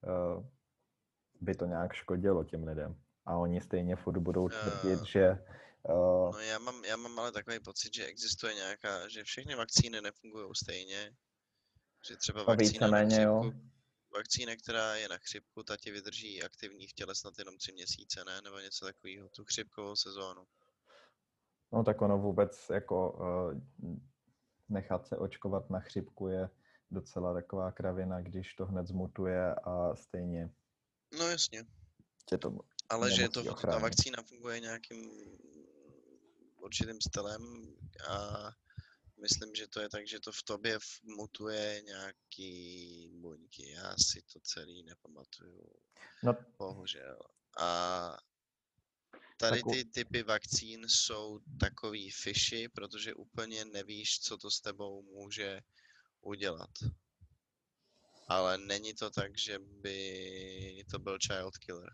by to nějak škodilo těm lidem. A oni stejně furt budou tvrdit, že... No já mám ale takový pocit, že existuje nějaká, že všechny vakcíny nefungují stejně. Že třeba vakcína na chřipku, vakcína, která je na chřipku, ta ti vydrží aktivní v těle snad jenom 3 měsíce, ne? Nebo něco takového, tu chřipkovou sezónu. No tak ono vůbec jako nechat se očkovat na chřipku je docela taková kravina, když to hned zmutuje a stejně. No jasně. To ale že ta vakcína funguje nějakým určitým stylem a myslím, že to je tak, že to v tobě mutuje nějaký buňky. Já si to celý nepamatuju. No. Bohužel. A tady ty typy vakcín jsou takový fishy, protože úplně nevíš, co to s tebou může udělat. Ale není to tak, že by to byl child killer.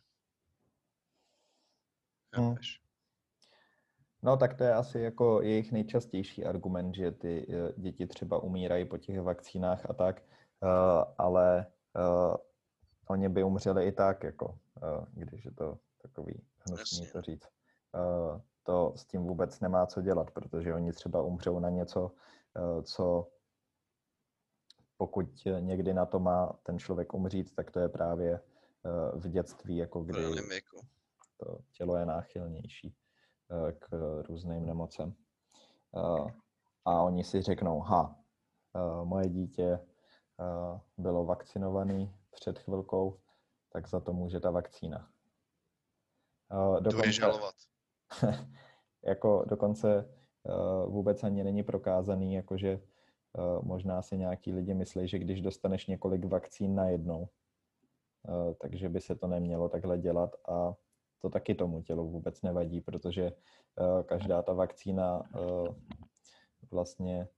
No tak to je asi jako jejich nejčastější argument, že ty děti třeba umírají po těch vakcínách a tak, ale oni by umřeli i tak, jako, když je to takový hnusný to říct. to s tím vůbec nemá co dělat, protože oni třeba umřou na něco, co pokud někdy na to má ten člověk umřít, tak to je právě v dětství, jako V kdy raném věku. to tělo je náchylnější k různým nemocem. A oni si řeknou, moje dítě bylo vakcinovaný před chvilkou, tak za to může ta vakcína. To je žalovat. Dokonce vůbec ani není prokázaný, jakože možná si nějaký lidi myslí, že když dostaneš několik vakcín najednou, takže by se to nemělo takhle dělat a to taky tomu tělu vůbec nevadí, protože každá ta vakcína vlastně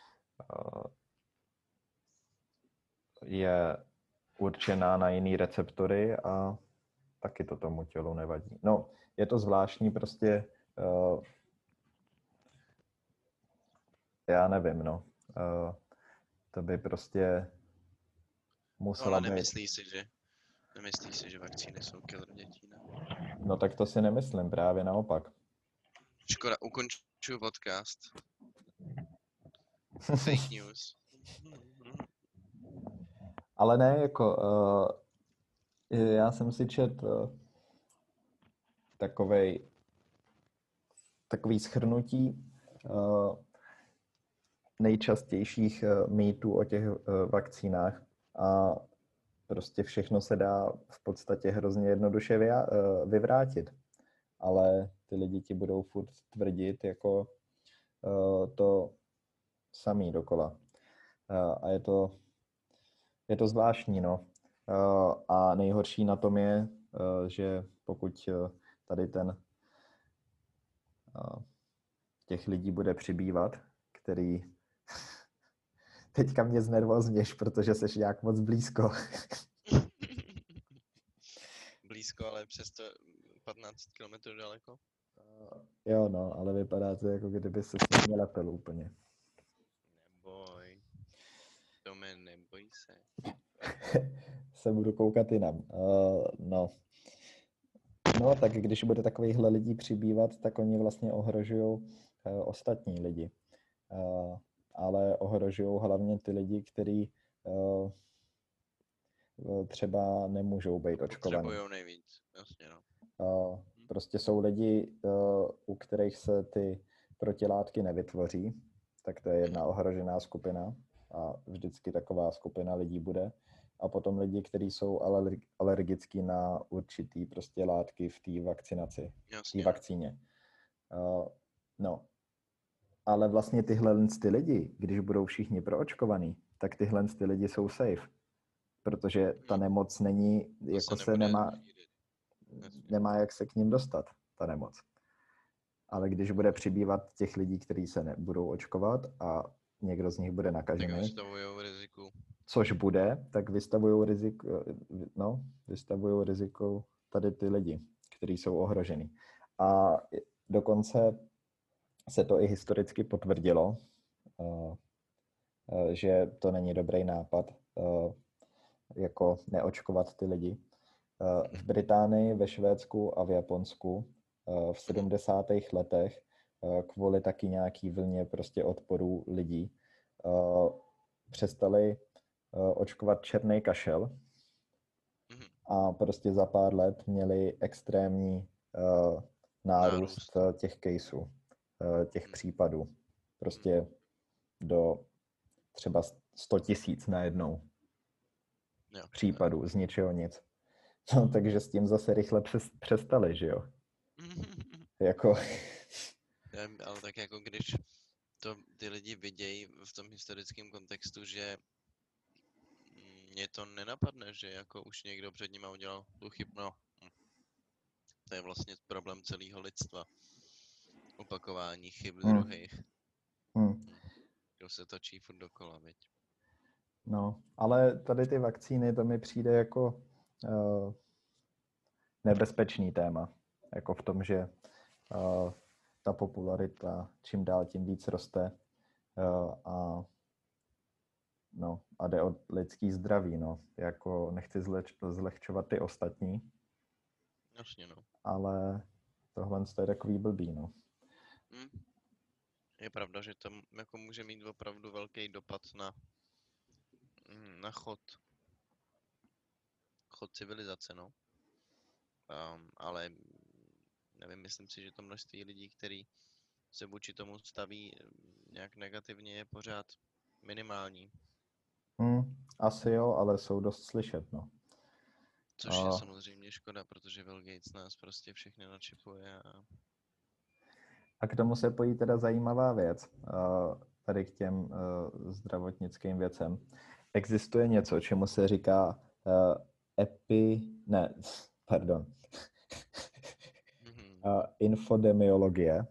je určená na jiný receptory a taky to tomu tělu nevadí. No, je to zvláštní prostě, já nevím, no. To by prostě musela ale být. Nemyslíš si, že vakcíny jsou killer dětí, ne? No tak to si nemyslím, právě naopak. Škoda, ukončuju podcast. Fake news. Ale ne, jako já jsem si četl takový shrnutí nejčastějších mýtů o těch vakcínách a prostě všechno se dá v podstatě hrozně jednoduše vyvrátit. Ale ty lidi ti budou furt tvrdit jako to samý dokola. A je to zvláštní, no. A nejhorší na tom je, že pokud tady těch lidí bude přibývat, který teďka mě znervozněš, protože seš nějak moc blízko. Blízko, ale přesto 15 km daleko. Jo, no, ale vypadá to, jako kdyby se s ním lepil úplně. Neboj. Tome, neboj se. Se budu koukat jinam. No, tak když bude takovýchhle lidí přibývat, tak oni vlastně ohrožují ostatní lidi. Ale ohrožují hlavně ty lidi, kteří třeba nemůžou být očkovaní. Potřebujou nejvíc, jasně, no. Prostě jsou lidi, u kterých se ty protilátky nevytvoří, tak to je jedna ohrožená skupina a vždycky taková skupina lidí bude. A potom lidi, kteří jsou alergický na určitý prostě látky v té vakcinaci, v té vakcíně. No, ale vlastně tyhle ty lidi, když budou všichni proočkovaný, tak tyhle ty lidi jsou safe, protože ta nemoc není, jako se nemá jak se k ním dostat, ta nemoc. Ale když bude přibývat těch lidí, kteří se nebudou očkovat a někdo z nich bude nakažený, tak vystavujou riziku. Což bude, tak vystavují riziko tady ty lidi, kteří jsou ohroženi. A dokonce se to i historicky potvrdilo, že to není dobrý nápad, jako neočkovat ty lidi. V Británii, ve Švédsku a v Japonsku v 70. letech kvůli taky nějaký vlně prostě odporu lidí přestali očkovat černý kašel a prostě za pár let měli extrémní nárůst těch caseů, těch případů. Prostě do třeba 100 000 najednou případů z ničeho nic. No, takže s tím zase rychle přestali, že jo? Jako... Ale tak jako když to ty lidi vidějí v tom historickém kontextu, že mě to nenapadne, že jako už někdo před nima udělal tu chybu. No, to je vlastně problém celého lidstva. Opakování chyb druhých. To se točí furt dokola, viď? No, ale tady ty vakcíny, to mi přijde jako nebezpečný téma. Jako v tom, že ta popularita čím dál tím víc roste a jde o lidský zdraví, no. Jako nechci zlehčovat ty ostatní. Jasně, no. Ale tohle je takový blbý, no. Je pravda, že to jako může mít opravdu velký dopad na chod civilizace, no. Ale nevím, myslím si, že to množství lidí, který se vůči tomu staví nějak negativně, je pořád minimální. Asi jo, ale jsou dost slyšet, no. Což je samozřejmě škoda, protože Bill Gates nás prostě všechny načipuje. A k tomu se pojí teda zajímavá věc, tady k těm zdravotnickým věcem. Existuje něco, čemu se říká infodemiologie.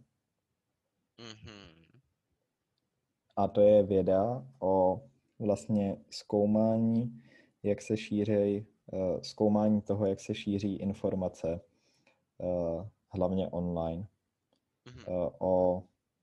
A to je věda o vlastně zkoumání toho, jak se šíří informace, hlavně online, o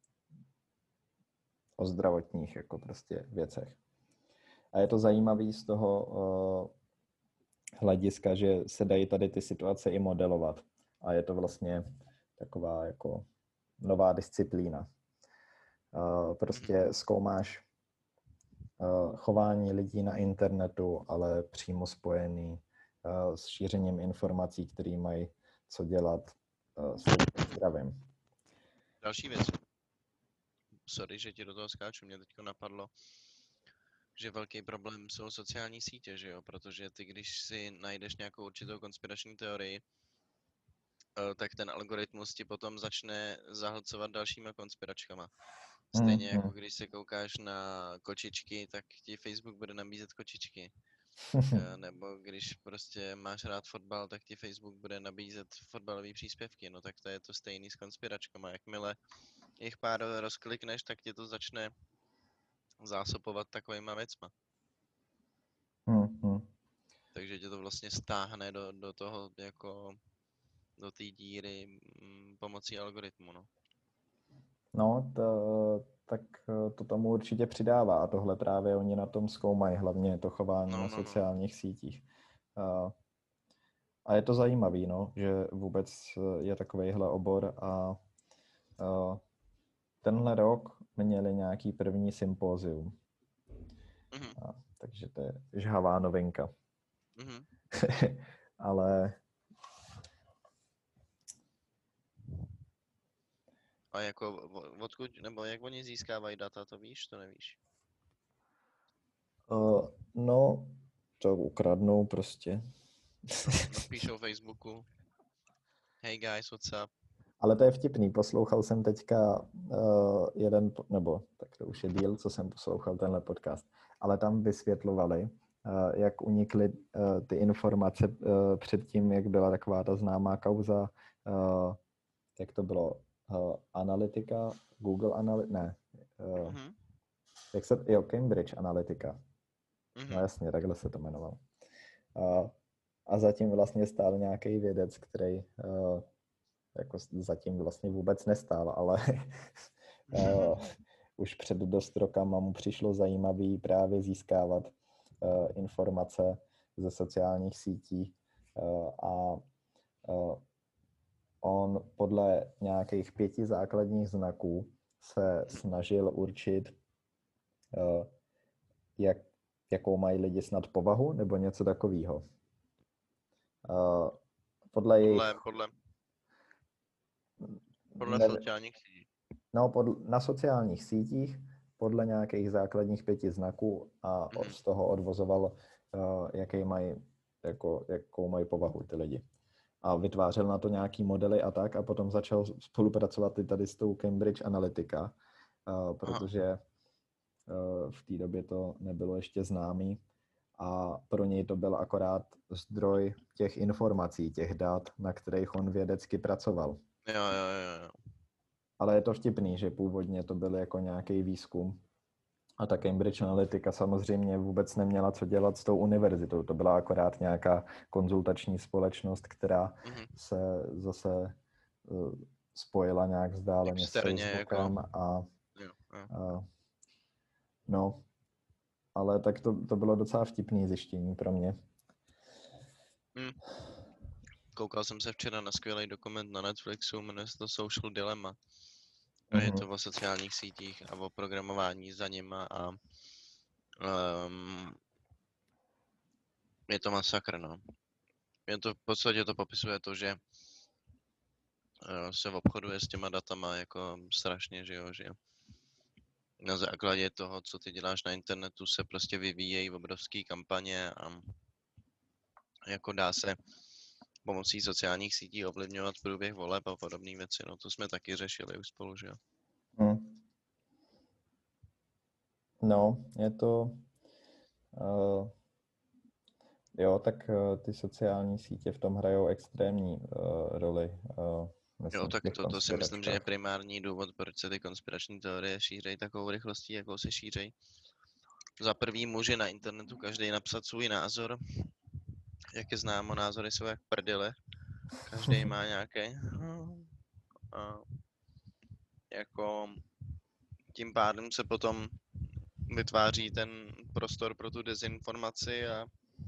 zdravotních jako prostě věcech. A je to zajímavý z toho hlediska, že se dají tady ty situace i modelovat. A je to vlastně taková jako nová disciplína. Prostě zkoumáš chování lidí na internetu, ale přímo spojený s šířením informací, které mají co dělat s zdravím. Další věc. Sorry, že ti do toho skáču. Mě teďko napadlo, že velký problém jsou sociální sítě, že jo? Protože ty, když si najdeš nějakou určitou konspirační teorii, tak ten algoritmus ti potom začne zahlcovat dalšíma konspiračkama. Stejně jako když se koukáš na kočičky, tak ti Facebook bude nabízet kočičky. Nebo když prostě máš rád fotbal, tak ti Facebook bude nabízet fotbalové příspěvky. No tak to je to stejný s konspiračkama. Jakmile jich pár rozklikneš, tak ti to začne zásobovat takovýma věcma. Takže tě to vlastně stáhne do toho jako do té díry pomocí algoritmu, no. No, tak to tomu určitě přidává a tohle právě oni na tom zkoumají, hlavně to chování na sociálních sítích. A je to zajímavý, no, že vůbec je takovejhle obor a tenhle rok měli nějaký první sympózium. Takže to je žhavá novinka. Ale a jako odkud, nebo jak oni získávají data, to víš, to nevíš? No, to ukradnou prostě. Napíšou Facebooku. Hey guys, what's up? Ale to je vtipný. Poslouchal jsem teďka tak to už je díl, co jsem poslouchal tenhle podcast. Ale tam vysvětlovali, jak unikly ty informace předtím, jak byla taková ta známá kauza, jak to bylo, Analytica, Google Analytica, Cambridge Analytica. No jasně, takhle se to jmenovalo. A zatím vlastně stál nějaký vědec, který jako zatím vlastně vůbec nestál, ale už před dost rokama mu přišlo zajímavý právě získávat informace ze sociálních sítí a on podle nějakých 5 základních znaků se snažil určit, jakou mají lidi snad povahu, nebo něco takového. Podle sociálních sítí. No, na sociálních sítích podle nějakých základních 5 znaků a z toho odvozoval, jakou mají povahu ty lidi. A vytvářel na to nějaký modely a tak a potom začal spolupracovat i tady s tou Cambridge Analytica, protože v té době to nebylo ještě známý a pro něj to byl akorát zdroj těch informací, těch dat, na kterých on vědecky pracoval. Jo. Ale je to vtipný, že původně to byl jako nějaký výzkum a ta Cambridge Analytica samozřejmě vůbec neměla co dělat s tou univerzitou. To byla akorát nějaká konzultační společnost, která se zase spojila nějak vzdáleně s Facebookem no, ale tak to bylo docela vtipný zjištění pro mě. Koukal jsem se včera na skvělý dokument na Netflixu, jmenuje se to Social Dilemma. A je to o sociálních sítích a o programování za nima a je to masakr, no. Je to, v podstatě to popisuje to, že se obchoduje s těma datama jako strašně, že jo, že na základě toho, co ty děláš na internetu, se prostě vyvíjejí obrovské kampaně a jako dá se pomocí sociálních sítí ovlivňovat průběh voleb a podobné věci. No to jsme taky řešili už spolu, že jo. No, je to... jo, tak ty sociální sítě v tom hrajou extrémní roli. Jo, tak to si myslím, že je primární důvod, proč se ty konspirační teorie šířejí takovou rychlostí, jakou se šířejí. Za prvý může na internetu každý napsat svůj názor. Jak je známo, názory jsou jak prdele. Každý má nějaký. A jako tím pádem se potom vytváří ten prostor pro tu dezinformaci a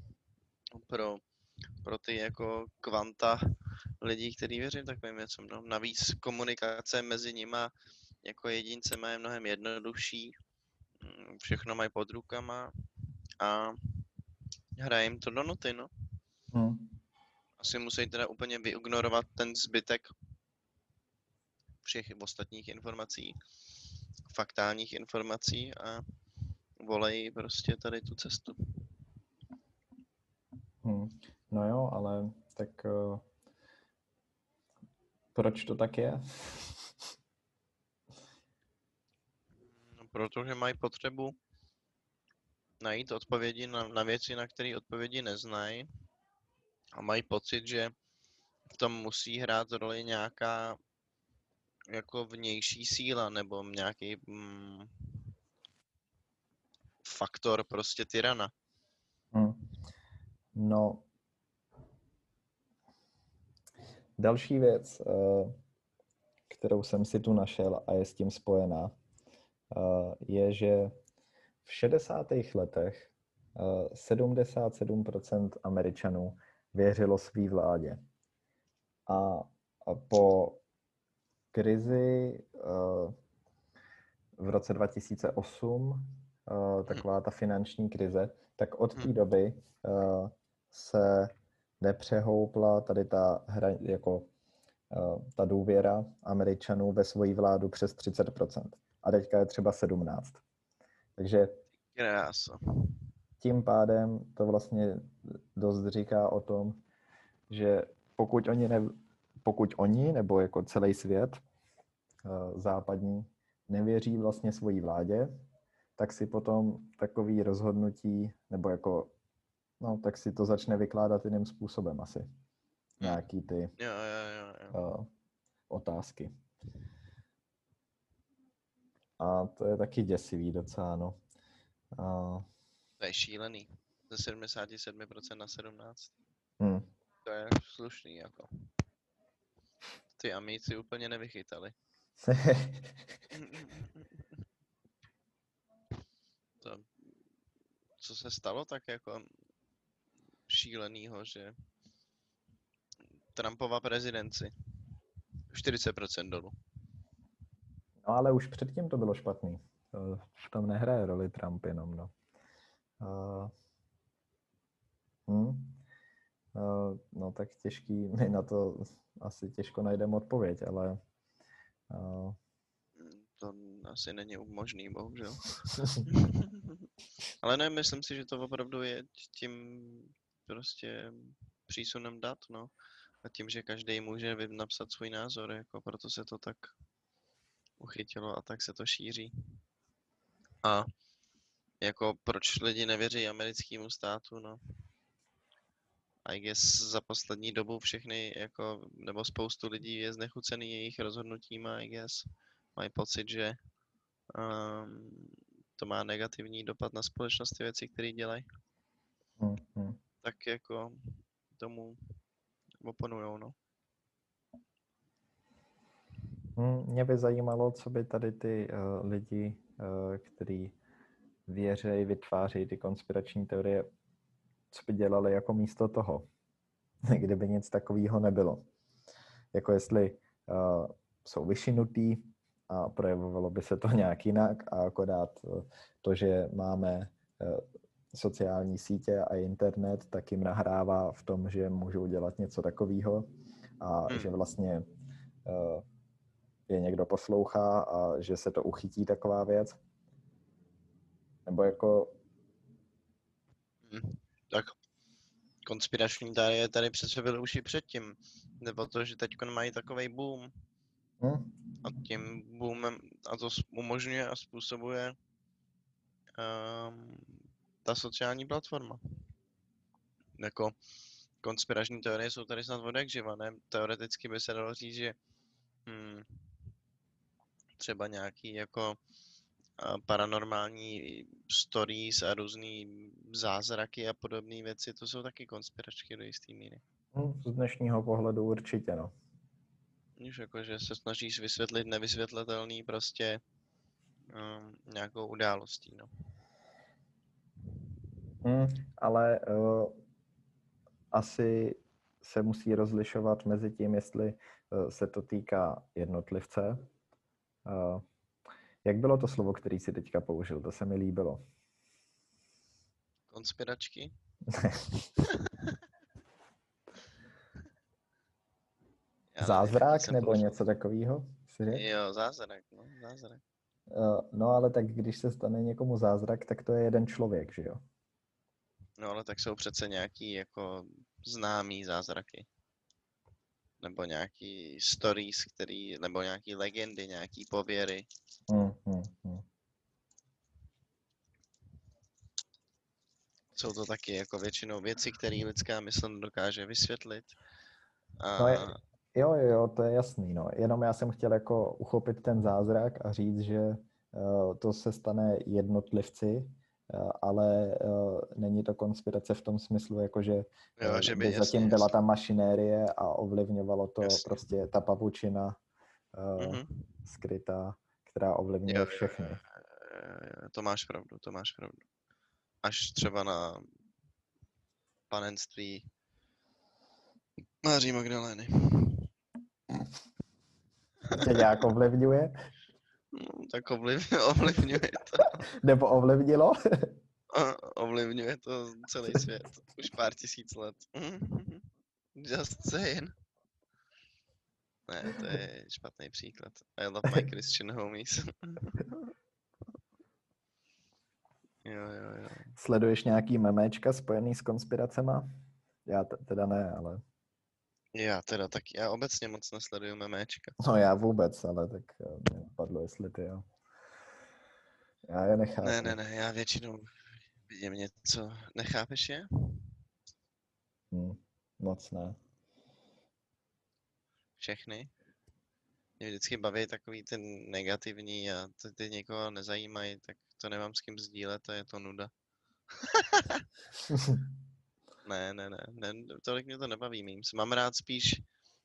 pro ty jako kvanta lidí, kteří věří takovým věcem. No. Navíc komunikace mezi nima jako jedincema je mnohem jednodušší. Všechno mají pod rukama a hraje jim to do noty, no. Asi musí teda úplně vyignorovat ten zbytek všech ostatních informací, faktálních informací a volejí prostě tady tu cestu. No jo, ale tak proč to tak je? No, protože mají potřebu najít odpovědi na věci, na které odpovědi neznají a mají pocit, že v tom musí hrát roli nějaká jako vnější síla nebo nějaký faktor prostě tyrana. No, další věc, kterou jsem si tu našel a je s tím spojená, je, že v 60. letech 77% Američanů věřilo svý vládě. A po krizi v roce 2008, taková ta finanční krize, tak od té doby se nepřehoupla tady ta hra, jako ta důvěra Američanů ve svoji vládu přes 30%. A teďka je třeba 17%. Takže tím pádem to vlastně dost říká o tom, že pokud oni nebo jako celý svět západní nevěří vlastně svojí vládě, tak si potom takový rozhodnutí, nebo jako, no, tak si to začne vykládat jiným způsobem asi. Nějaký ty otázky. A to je taky děsivý docela, no. To je šílený. Ze 77% na 17%. To je slušný, jako. Ty Amici úplně nevychytali. To, co se stalo, tak jako šílenýho, že Trumpova prezidenci 40% dolů. No ale už předtím to bylo špatný. V tom nehraje roli Trump jenom, no. No tak těžký, my na to asi těžko najdeme odpověď, ale... To asi není možný, bohužel. Ale ne, myslím si, že to opravdu je tím prostě přísunem dat, no. A tím, že každý může napsat svůj názor, jako proto se to tak uchytilo a tak se to šíří. A jako proč lidi nevěří americkému státu, no. I guess za poslední dobu všechny, jako, nebo spoustu lidí je znechucený jejich rozhodnutíma, I guess. Mají pocit, že to má negativní dopad na společnost, ty věci, které dělají. Tak jako tomu oponujou, no. Mě by zajímalo, co by tady ty lidi, kteří věří, vytvářejí ty konspirační teorie, co by dělali jako místo toho. kdyby nic takového nebylo. Jako jestli jsou vyšinutý a projevovalo by se to nějak jinak a akorát to, že máme sociální sítě a internet, tak jim nahrává v tom, že můžou dělat něco takového a že vlastně je někdo poslouchá a že se to uchytí taková věc. Nebo jako... Tak konspirační teorie tady přece byly už i předtím. Nebo to, že teď mají takovej boom. A tím boomem, a to umožňuje a způsobuje ta sociální platforma. Jako konspirační teorie jsou tady snad od jak živa, ne? Teoreticky by se dalo říct, že třeba nějaký jako paranormální stories a různý zázraky a podobné věci, to jsou taky konspiračky do jistý míry. Z dnešního pohledu určitě, no. Víš, jako, že se snažíš vysvětlit nevysvětlitelný prostě nějakou událostí, no. Ale asi se musí rozlišovat mezi tím, jestli se to týká jednotlivce. Jak bylo to slovo, který jsi teďka použil? To se mi líbilo. Konspiračky? Zázrak nebo něco takového? Jo, zázrak, no, zázrak. No ale tak když se stane někomu zázrak, tak to je jeden člověk, že jo? No ale tak jsou přece nějaký jako známý zázraky. Nebo nějaký stories, nebo nějaký legendy, nějaký pověry. Jsou to taky jako většinou věci, které lidská mysl dokáže vysvětlit. No jo, to je jasný, no. Jenom já jsem chtěl jako uchopit ten zázrak a říct, že to se stane jednotlivci, ale není to konspirace v tom smyslu, jako že by zatím byla ta mašinérie a ovlivňovalo to prostě ta pavučina skrytá, která ovlivňuje všechny. To máš pravdu. Až třeba na panenství Máří Magdalény. Tě nějak ovlivňuje? No, tak ovlivňuje to. Nebo ovlivnilo? Ovlivňuje to celý svět. Už pár tisíc let. Just saying. Ne, to je špatný příklad. I love my Christian homies. Jo. Sleduješ nějaký memečka spojený s konspiracema? Já teda ne, ale... Já obecně moc nesleduju memečka. No já vůbec, ale tak mě napadlo, jestli ty jo. Já je nechápu. Ne, já většinou vidím něco. Nechápeš je? Moc ne. Všechny? Mě vždycky baví takový ten negativní a ty někoho nezajímají, tak to nemám s kým sdílet a je to nuda. Ne, tolik mě to nebaví memes. Mám rád spíš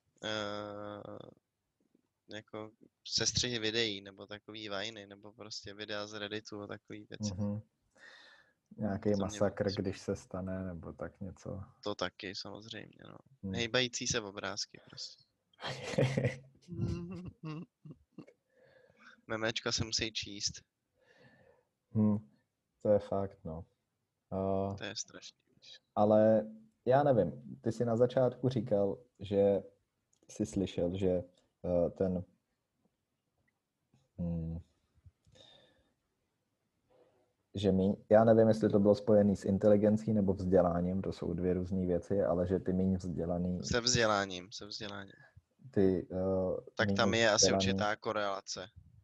jako sestřihy videí, nebo takový vajny, nebo prostě videa z Redditu a takový věci. Nějaký masakr, když se stane, nebo tak něco. To taky, samozřejmě, no. Hejbající se obrázky prostě. Memečka se musí číst. To je fakt, no. To je strašný. Ale já nevím, ty jsi na začátku říkal, že jsi slyšel, že já nevím, jestli to bylo spojené s inteligencí nebo vzděláním, to jsou dvě různé věci, ale že ty méně vzdělaný... Se vzděláním. Tak tam je asi určitá korelace.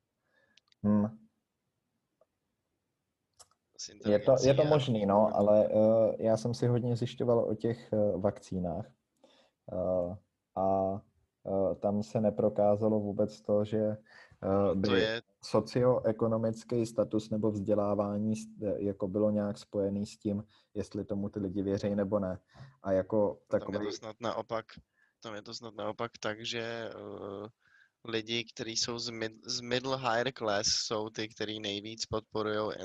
Je to možný, no, ale já jsem si hodně zjišťoval o těch vakcínách a tam se neprokázalo vůbec to, že by socioekonomický status nebo vzdělávání jako bylo nějak spojený s tím, jestli tomu ty lidi věří nebo ne. A jako takový... Tam je to snad naopak tak, že lidi, kteří jsou z middle higher class, jsou ty, kteří nejvíc podporují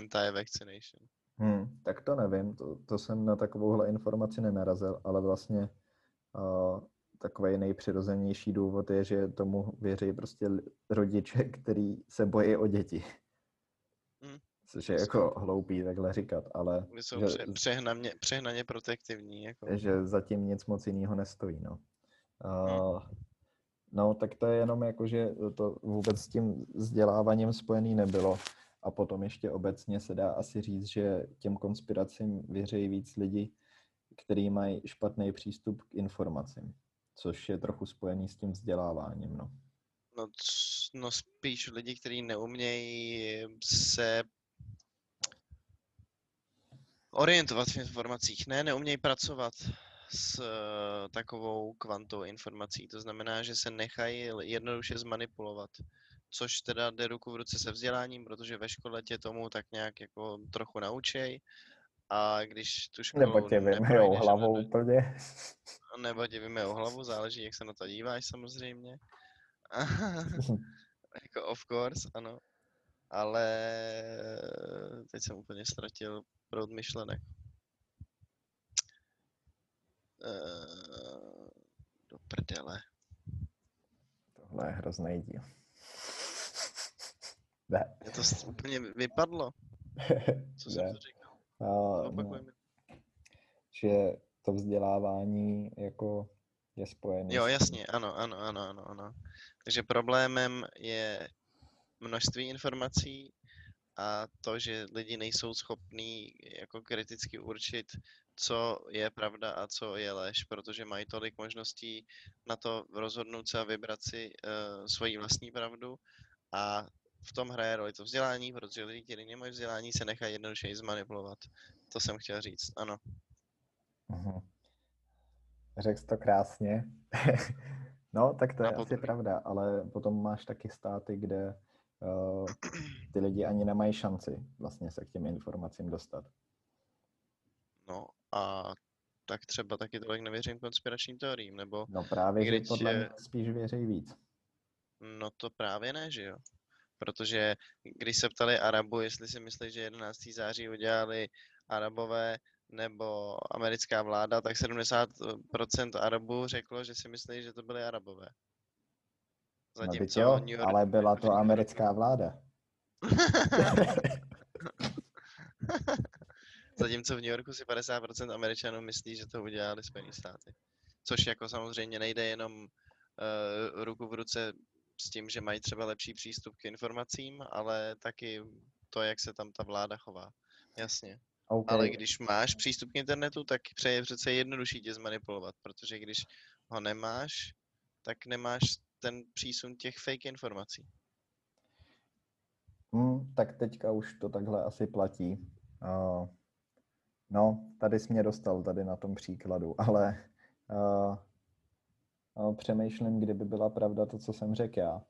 anti-vaccination. Tak to nevím, to jsem na takovouhle informaci nenarazil, ale vlastně takový nejpřirozenější důvod je, že tomu věří prostě rodiče, který se bojí o děti. Což je jako hloupý takhle říkat, ale jsou přehnaně protektivní. Jako. Že zatím nic moc jiného nestojí. No. No, tak to je jenom jako, že to vůbec s tím vzděláváním spojený nebylo. A potom ještě obecně se dá asi říct, že těm konspiracím věří víc lidí, kteří mají špatný přístup k informacím, což je trochu spojený s tím vzděláváním. No spíš lidi, kteří neumějí se orientovat v informacích. Neumějí pracovat s takovou kvantou informací. To znamená, že se nechají jednoduše zmanipulovat. Což teda jde ruku v ruce se vzděláním, protože ve škole tě tomu tak nějak jako trochu naučej. A když tu školu nebo tě vymyjou hlavou úplně. Nebo tě vymyjou hlavu, záleží, jak se na to díváš samozřejmě. Jako of course, ano. Ale teď jsem úplně ztratil proud myšlenek. Do prdele. Tohle je hrozný díl. Ne. Mě to úplně vypadlo. Co jsem to říkal? No, že to vzdělávání jako je spojené. Jo, jasně, ano. Takže problémem je množství informací a to, že lidi nejsou schopní jako kriticky určit, co je pravda a co je lež, protože mají tolik možností na to rozhodnout se a vybrat si svoji vlastní pravdu a v tom hraje roli to vzdělání, protože lidi, kteří nemají vzdělání, se nechají jednoduše zmanipulovat. To jsem chtěl říct, ano. Uh-huh. Řekl jsi to krásně. No, tak to je asi pravda, ale potom máš taky státy, kde ty lidi ani nemají šanci vlastně se k těm informacím dostat. No a tak třeba taky tolik nevěřím konspiračním teoriím, nebo... No právě, že podle mě spíš věří víc. No to právě ne, že jo. Protože když se ptali Arabů, jestli si myslí, že 11. září udělali Arabové nebo americká vláda, tak 70% Arabů řeklo, že si myslí, že to byli Arabové. Zatímco no jo, ale byla to americká vláda. Zatímco v New Yorku si 50% Američanů myslí, že to udělali Spojené státy. Což jako samozřejmě nejde jenom ruku v ruce s tím, že mají třeba lepší přístup k informacím, ale taky to, jak se tam ta vláda chová. Jasně. Okay. Ale když máš přístup k internetu, tak je přece jednodušší tě zmanipulovat, protože když ho nemáš, tak nemáš ten přísun těch fake informací. Tak teďka už to takhle asi platí. No, tady jsi mě dostal tady na tom příkladu, ale přemýšlím, kdyby byla pravda to, co jsem řekl já.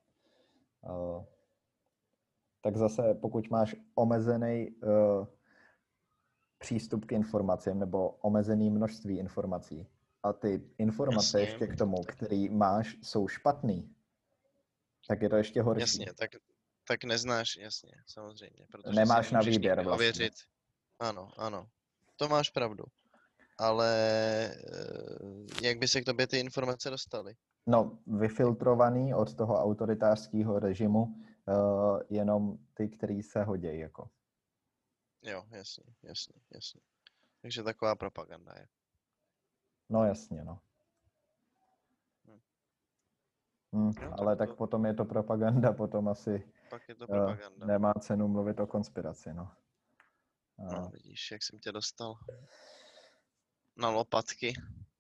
Tak zase, pokud máš omezený přístup k informacím nebo omezený množství informací a ty informace ještě k tomu, který máš, jsou špatný, tak je to ještě horší. Jasně, tak neznáš, jasně, samozřejmě. Protože nemáš na výběr vlastně. Ověřit. Ano, to máš pravdu. Ale jak by se k tobě ty informace dostaly? No, vyfiltrovaný od toho autoritářského režimu, jenom ty, který se hodějí, jako. Jo, jasně. Takže taková propaganda je. No jasně, no. Ale tak potom je to propaganda, potom asi pak je to propaganda. Nemá cenu mluvit o konspiraci, no. No, vidíš, jak jsem tě dostal na lopatky.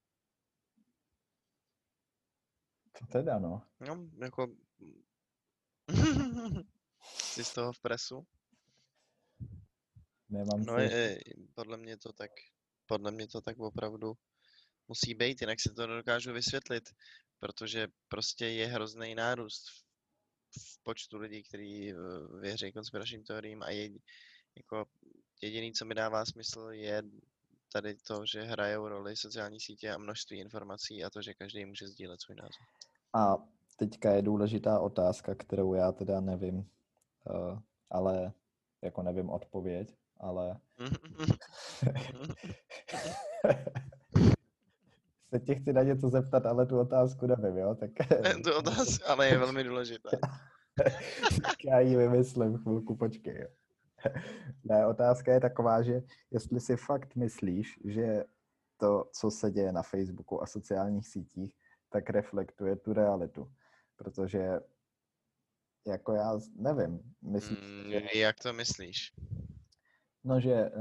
To teda, no. No, jako... Jsi z toho v presu? Nemám no, podle mě to tak opravdu musí být, jinak si to nedokážu vysvětlit, protože prostě je hrozný nárůst v počtu lidí, kteří věří konspiračním teoriím a jako jediný, co mi dává smysl, je tady to, že hrajou roli sociální sítě a množství informací a to, že každý může sdílet svůj názor. A teďka je důležitá otázka, kterou já teda nevím, ale jako nevím odpověď, ale se tě chci na něco zeptat, ale tu otázku nevím, jo? Tak, To otázka, ale je velmi důležitá. tak já ji vymyslím, chvilku počkej. Jo. Ne, otázka je taková, že jestli si fakt myslíš, že to, co se děje na Facebooku a sociálních sítích, tak reflektuje tu realitu. Protože jako já nevím, myslíš si, že... Jak to myslíš? No, že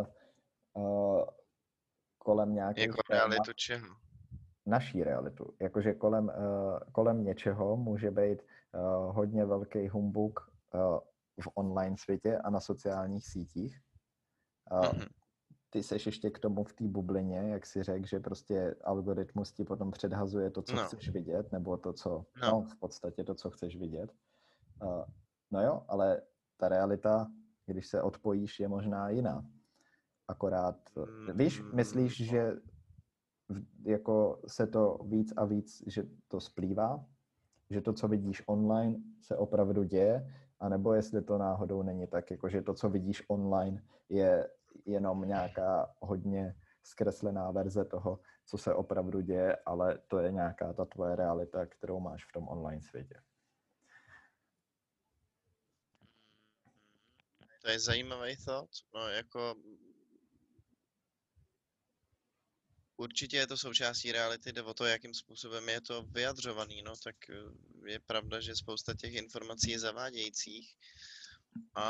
kolem nějakých Jako témat, realitu čeho? naší realitu, jakože kolem něčeho může být hodně velký humbuk v online světě a na sociálních sítích. Mhm. Ty seš ještě k tomu v té bublině, jak si řekl, že prostě algoritmus ti potom předhazuje to, co No. chceš vidět, nebo to, co, No. v podstatě to, co chceš vidět. No jo, ale ta realita, když se odpojíš, je možná jiná. Akorát, víš, myslíš, že jako se to víc a víc, že to splývá? Že to, co vidíš online, se opravdu děje? A nebo jestli to náhodou není tak, jako že to, co vidíš online, je jenom nějaká hodně zkreslená verze toho, co se opravdu děje, ale to je nějaká ta tvoje realita, kterou máš v tom online světě. To je zajímavý thought. No, jako určitě je to součástí reality, jde o to, jakým způsobem je to vyjadřovaný, no, tak je pravda, že spousta těch informací je zavádějících a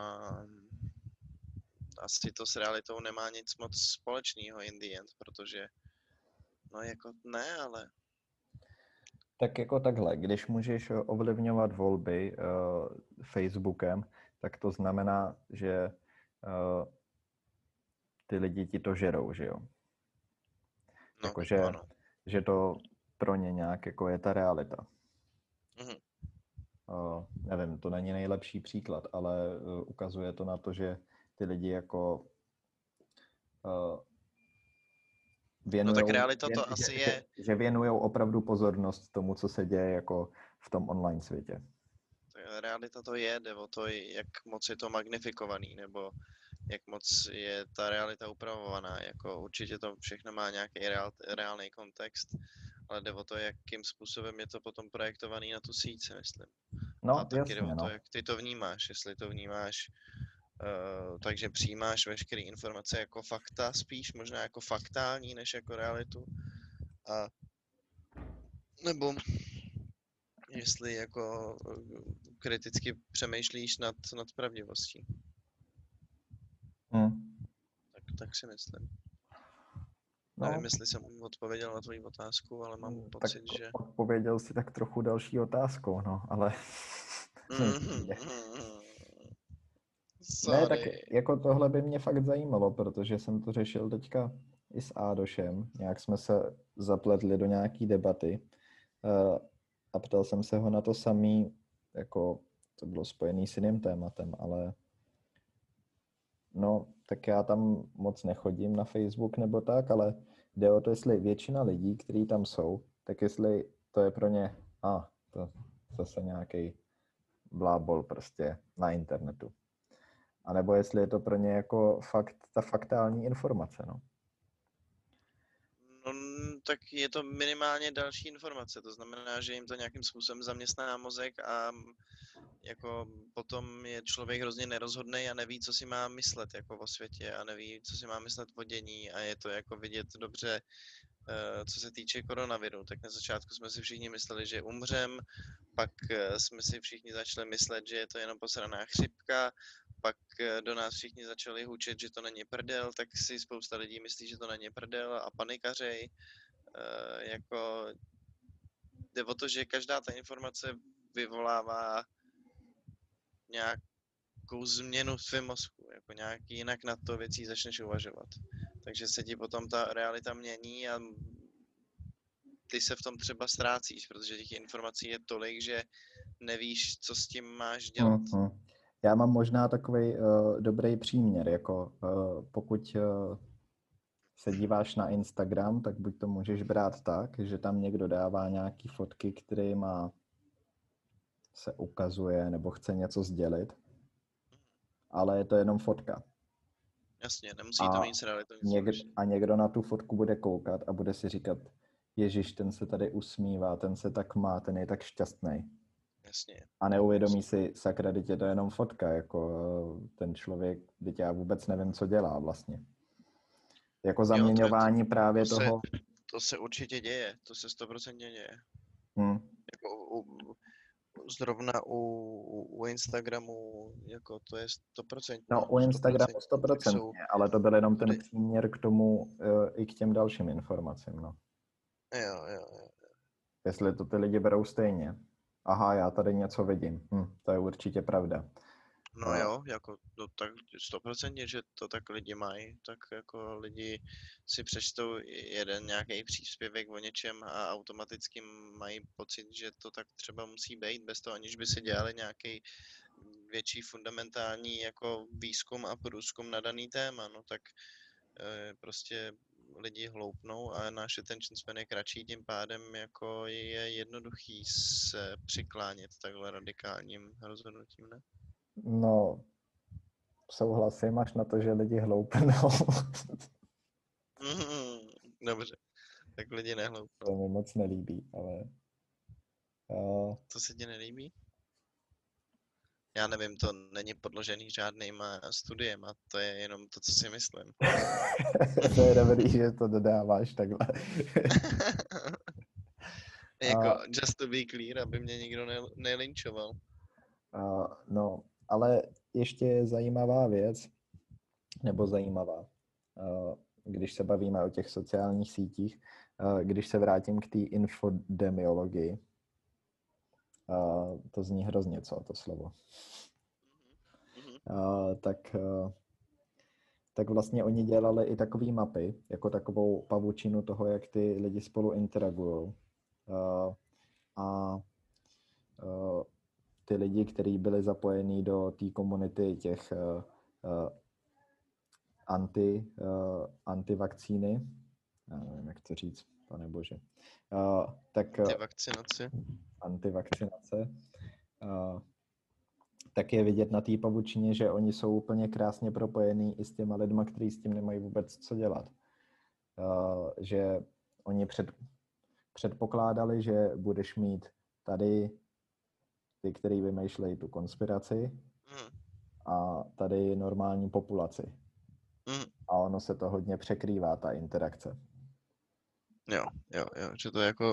asi to s realitou nemá nic moc společného in the end, protože, no jako ne, ale... Tak jako takhle, když můžeš ovlivňovat volby Facebookem, tak to znamená, že ty lidi ti to žerou, že jo? No, Jakože, že to pro ně nějak jako je ta realita. Mhm. Nevím, to není nejlepší příklad, ale ukazuje to na to, že ty lidi jako věnujou, no tak realita to asi je... Že věnujou opravdu pozornost tomu, co se děje jako v tom online světě. Realita to je, jde o to, jak moc je to magnifikovaný, nebo jak moc je ta realita upravovaná. Jako určitě to všechno má nějaký reálný kontext, ale jde o to, jakým způsobem je to potom projektovaný na tu síť, si myslím. No, a taky jde o to, no. jak ty to vnímáš, jestli to vnímáš takže přijímáš veškeré informace jako fakta, spíš možná jako faktální, než jako realitu. A nebo jestli jako kriticky přemýšlíš nad pravdivostí. Tak si myslím. No, nevím, jestli jsem odpověděl na tvoji otázku, ale mám pocit, tak že... odpověděl si tak trochu další otázkou, no, ale... Ne, tak jako tohle by mě fakt zajímalo, protože jsem to řešil teďka i s Ádošem. Nějak jsme se zapletli do nějaký debaty a ptal jsem se ho na to samý, jako to bylo spojený s jiným tématem, ale no, tak já tam moc nechodím na Facebook nebo tak, ale jde o to, jestli většina lidí, kteří tam jsou, tak jestli to je pro ně, to zase nějaký blábol prostě na internetu. A nebo jestli je to pro ně jako fakt, ta faktální informace, no. No, tak je to minimálně další informace, to znamená, že jim to nějakým způsobem zaměstná mozek a jako potom je člověk hrozně nerozhodnej a neví, co si má myslet jako o světě a neví, co si má myslet o dění a je to jako vidět dobře, co se týče koronaviru. Tak na začátku jsme si všichni mysleli, že umřem, pak jsme si všichni začali myslet, že je to jenom posraná chřipka, pak do nás všichni začali hučet, že to není prdel, tak si spousta lidí myslí, že to není prdel a panikařej. Jako jde o to, že každá ta informace vyvolává nějakou změnu v tvém mozku, jako nějak jinak nad to věcí začneš uvažovat. Takže se ti potom ta realita mění a ty se v tom třeba ztrácíš, protože těch informací je tolik, že nevíš, co s tím máš dělat. Já mám možná takový dobrý příměr, jako pokud se díváš na Instagram, tak buď to můžeš brát tak, že tam někdo dává nějaký fotky, kterýma se ukazuje nebo chce něco sdělit, ale je to jenom fotka. Jasně, nemusí to A, mít s realitou nic společného. a někdo na tu fotku bude koukat a bude si říkat, Ježíš, ten se tady usmívá, ten se tak má, ten je tak šťastný. Jasně. A neuvědomí si, sakra, teď je to jenom fotka, jako ten člověk, teď já vůbec nevím, co dělá vlastně. Jako Jo, zaměňování právě toho. To se určitě děje, to se 100% děje. Jako zrovna u Instagramu, jako to je 100%. No, u Instagramu 100%, ale to byl jenom ten příměr k tomu i k těm dalším informacím, no. Jo. Jestli to ty lidi berou stejně. Aha, já tady něco vidím. To je určitě pravda. No jo, jako no, tak 100%, že to tak lidi mají, tak jako lidi si přečtou jeden nějaký příspěvek o něčem a automaticky mají pocit, že to tak třeba musí být, bez toho aniž by si dělali nějaký větší fundamentální jako výzkum a průzkum na daný téma, no tak prostě lidi hloupnou a náš attention span je kratší, tím pádem jako je jednoduchý se přiklánět takhle radikálním rozhodnutím, ne? No, souhlasím až na to, že lidi hloupnou. Dobře, tak lidi nehloupnou. To mi moc nelíbí, ale... To se ti nelíbí? Já nevím, to není podložený žádnýma studiem a to je jenom to, co si myslím. To je dobrý, že to dodáváš takhle. Jako, just to be clear, aby mě nikdo nelinčoval. No, ale ještě je zajímavá věc, nebo zajímavá, když se bavíme o těch sociálních sítích, když se vrátím k té infodemiologii, to zní hrozně, co to slovo, tak vlastně oni dělali i takové mapy, jako takovou pavučinu toho, jak ty lidi spolu interagují. A ty lidi, kteří byli zapojení do té komunity těch antivakcíny, já nevím, jak to říct, pane bože, tak antivakcinace, tak je vidět na té pavučině, že oni jsou úplně krásně propojení i s těma lidma, kteří s tím nemají vůbec co dělat. Že oni předpokládali, že budeš mít tady ty, který vymýšlejí tu konspiraci a tady normální populaci. A ono se to hodně překrývá, ta interakce. Jo, že to jako,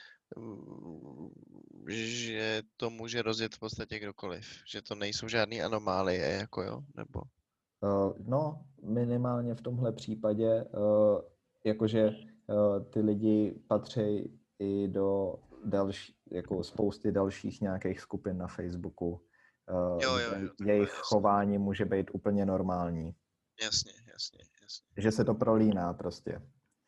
že to může rozjet v podstatě kdokoliv, že to nejsou žádný anomálie, jako jo, nebo? No, minimálně v tomhle případě, jakože ty lidi patří i do jako spousty dalších nějakých skupin na Facebooku. Jejich chování může být úplně normální. Jasně. Že se to prolíná prostě.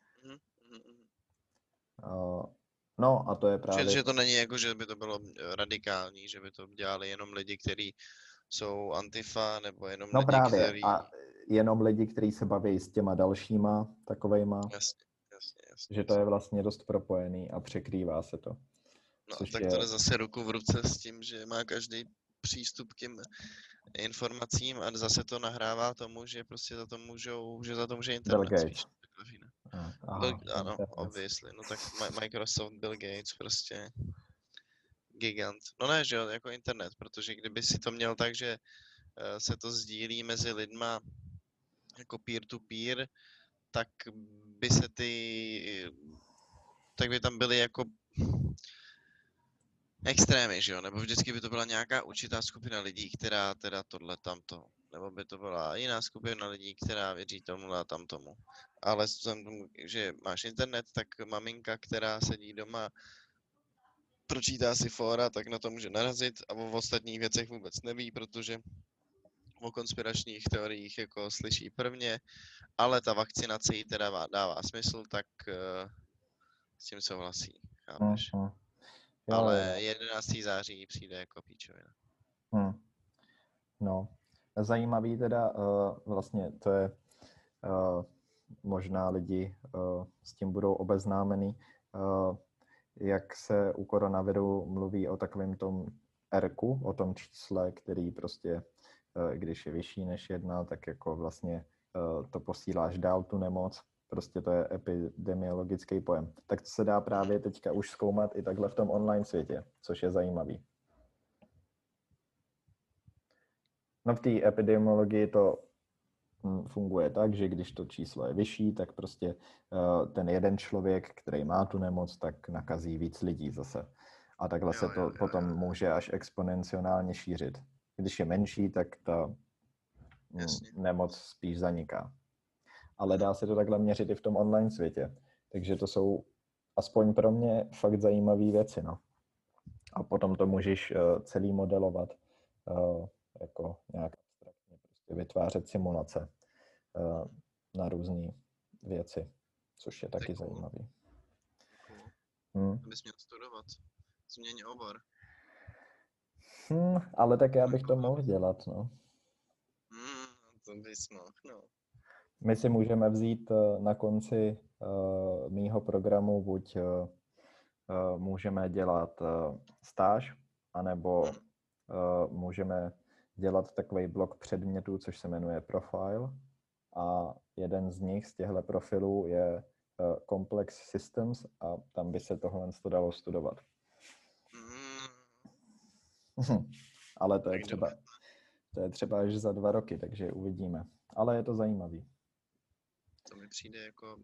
No a to je právě... Že to není jako, že by to bylo radikální, že by to dělali jenom lidi, kteří jsou antifa, nebo jenom no lidi, právě. který... A jenom lidi, kteří se baví s těma dalšíma takovejma. Jasně. Že to je vlastně dost propojený a překrývá se to. No tak to jde zase ruku v ruce s tím, že má každý přístup k těm informacím a zase to nahrává tomu, že prostě za to může internet spíš. Ano, obviously. No tak Microsoft, Bill Gates, prostě gigant. No ne, že jo, jako internet, protože kdyby si to měl tak, že se to sdílí mezi lidma jako peer-to-peer, tak by tam byly jako extrémy, že jo, nebo vždycky by to byla nějaká určitá skupina lidí, která teda tohle tamto, nebo by to byla jiná skupina lidí, která věří tomu a tamtomu. Ale vzhledem tomu, že máš internet, tak maminka, která sedí doma, pročítá si fóra, tak na to může narazit a o ostatních věcech vůbec neví, protože o konspiračních teoriích jako slyší prvně, ale ta vakcinace jí teda dává smysl, tak s tím souhlasí, chápeš? Ale 11. září přijde jako píčovina. No, zajímavý teda, vlastně to je, možná lidi s tím budou obeznámení, jak se u koronaviru mluví o takovém tom R-ku, o tom čísle, který prostě, když je vyšší než 1, tak jako vlastně to posíláš dál tu nemoc, prostě to je epidemiologický pojem. Tak to se dá právě teďka už zkoumat i takhle v tom online světě, což je zajímavý. No v té epidemiologii to funguje tak, že když to číslo je vyšší, tak prostě ten jeden člověk, který má tu nemoc, tak nakazí víc lidí zase. A takhle se to potom může až exponenciálně šířit. Když je menší, tak ta nemoc spíš zaniká. Ale dá se to takhle měřit i v tom online světě. Takže to jsou aspoň pro mě fakt zajímavé věci. No. A potom to můžeš celý modelovat jako nějak abstraktně, prostě vytvářet simulace na různé věci, což je taky zajímavý. To bys měl studovat. Změň obor. Ale tak já bych to mohl dělat, no. To bys mohl, no. My si můžeme vzít na konci mýho programu buď můžeme dělat stáž, anebo můžeme dělat takový blok předmětů, což se jmenuje Profile. A jeden z nich, z těchto profilů, je Complex Systems a tam by se tohle dalo studovat. Ale to je třeba až za 2 roky, takže uvidíme. Ale je to zajímavý. To mi přijde jako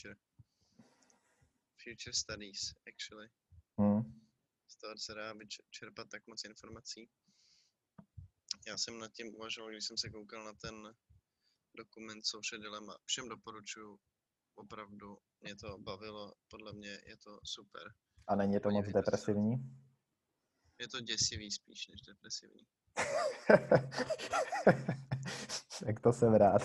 future studies, actually. Z toho se dá čerpat tak moc informací. Já jsem nad tím uvažoval, když jsem se koukal na ten dokument Social Dilemma. Všem doporučuji, opravdu mě to bavilo, podle mě je to super. A není to moc depresivní? Je to děsivý spíš než depresivní. Jak to jsem rád.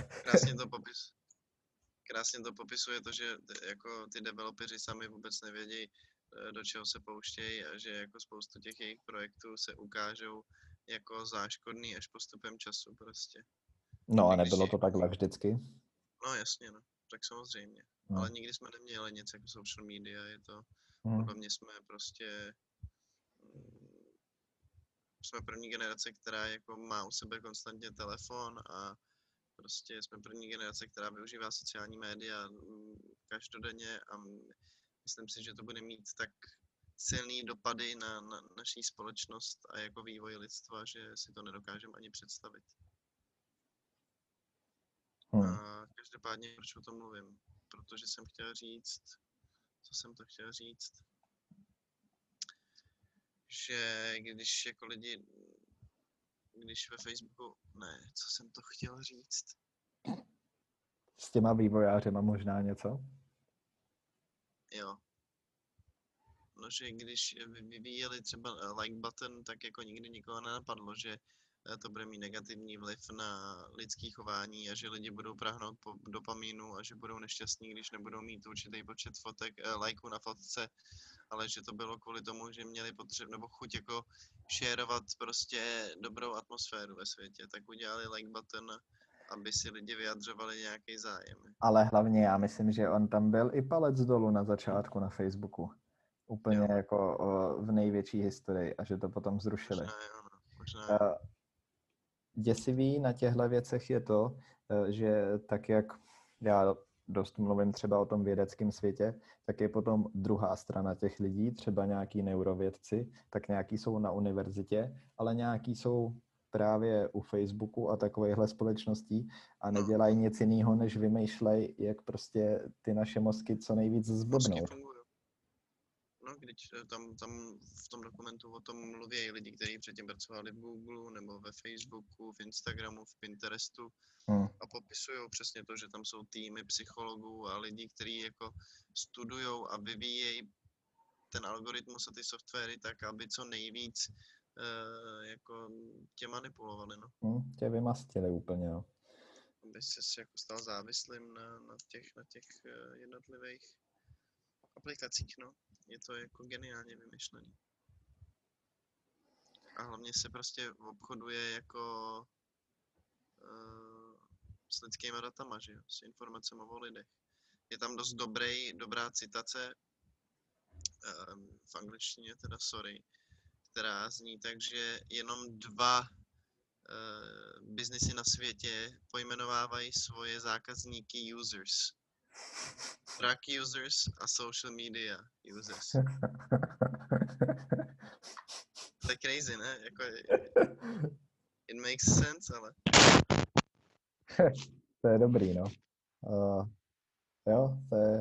Krásně to popisuje to, že jako ty developeři sami vůbec nevědí, do čeho se pouštějí a že jako spoustu těch jejich projektů se ukážou jako záškodný až postupem času prostě. No a nebylo to takhle vždycky? No jasně, no. Tak samozřejmě. Ale nikdy jsme neměli nic jako social media, je to, podle mě jsme prostě, jsme první generace, která jako má u sebe konstantně telefon a prostě jsme první generace, která využívá sociální média každodenně a myslím si, že to bude mít tak silný dopady na naší společnost a jako vývoj lidstva, že si to nedokážeme ani představit. A každopádně, proč o tom mluvím? Protože jsem chtěl říct, co jsem to chtěl říct, že když jako lidi, když ve Facebooku, co jsem to chtěl říct? S těma vývojářema možná něco? Jo. No, že když vyvíjeli třeba like button, tak jako nikdy nikoho nenapadlo, že to bude mít negativní vliv na lidský chování a že lidi budou prahnout po dopamínu a že budou nešťastní, když nebudou mít určitý počet fotek, lajků na fotce, ale že to bylo kvůli tomu, že měli potřebu nebo chuť jako šérovat prostě dobrou atmosféru ve světě, tak udělali like button, aby si lidi vyjadřovali nějaký zájem. Ale hlavně já myslím, že on tam byl i palec dolů na začátku na Facebooku. Úplně jako v největší historii a že to potom zrušili. Možná. Děsivý na těchto věcech je to, že tak jak já dost mluvím třeba o tom vědeckém světě, tak je potom druhá strana těch lidí, třeba nějaký neurovědci, tak nějaký jsou na univerzitě, ale nějaký jsou právě u Facebooku a takovýchhle společností a nedělají nic jiného, než vymýšlej, jak prostě ty naše mozky co nejvíc zblbnout. No, když tam v tom dokumentu o tom mluví lidi, kteří předtím pracovali v Google nebo ve Facebooku, v Instagramu, v Pinterestu a popisují přesně to, že tam jsou týmy psychologů a lidí, kteří jako studujou a vyvíjejí ten algoritmus a ty softwary tak, aby co nejvíc jako tě manipulovali, no. Tě vymastili úplně, jo. Aby ses jako stal závislým na těch jednotlivých aplikacích, no. Je to jako geniálně vymyšlený. A hlavně se prostě obchoduje jako s lidskýma datama, že jo? S informacemi o lidech. Je tam dost dobrá citace, v angličtině teda, sorry, která zní tak, že jenom 2 biznesy na světě pojmenovávají svoje zákazníky users. Truck users a social media users. To je crazy, ne? Jako, it makes sense, ale... To je dobrý, no. Jo,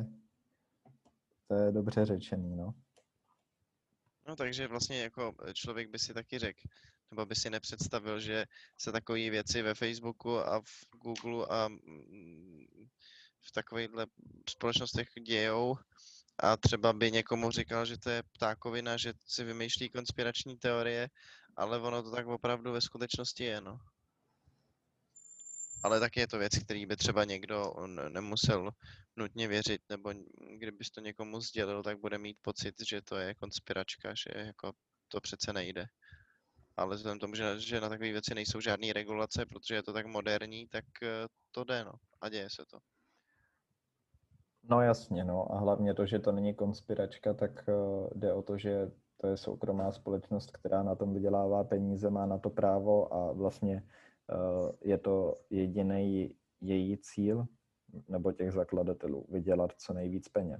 to je dobře řečený, no. No takže vlastně jako člověk by si taky řekl, nebo by si nepředstavil, že se takové věci ve Facebooku a v Google a v takovýchhle společnostech dějou a třeba by někomu říkal, že to je ptákovina, že si vymýšlí konspirační teorie, ale ono to tak opravdu ve skutečnosti je, no. Ale taky je to věc, který by třeba někdo nemusel nutně věřit, nebo kdybys to někomu sdělil, tak bude mít pocit, že to je konspiračka, že jako to přece nejde. Ale vzhledem tomu, že na takové věci nejsou žádné regulace, protože je to tak moderní, tak to jde, no. A děje se to. No jasně, no. A hlavně to, že to není konspiračka, tak jde o to, že to je soukromá společnost, která na tom vydělává peníze, má na to právo a vlastně je to jediný její cíl, nebo těch zakladatelů, vydělat co nejvíc peněz.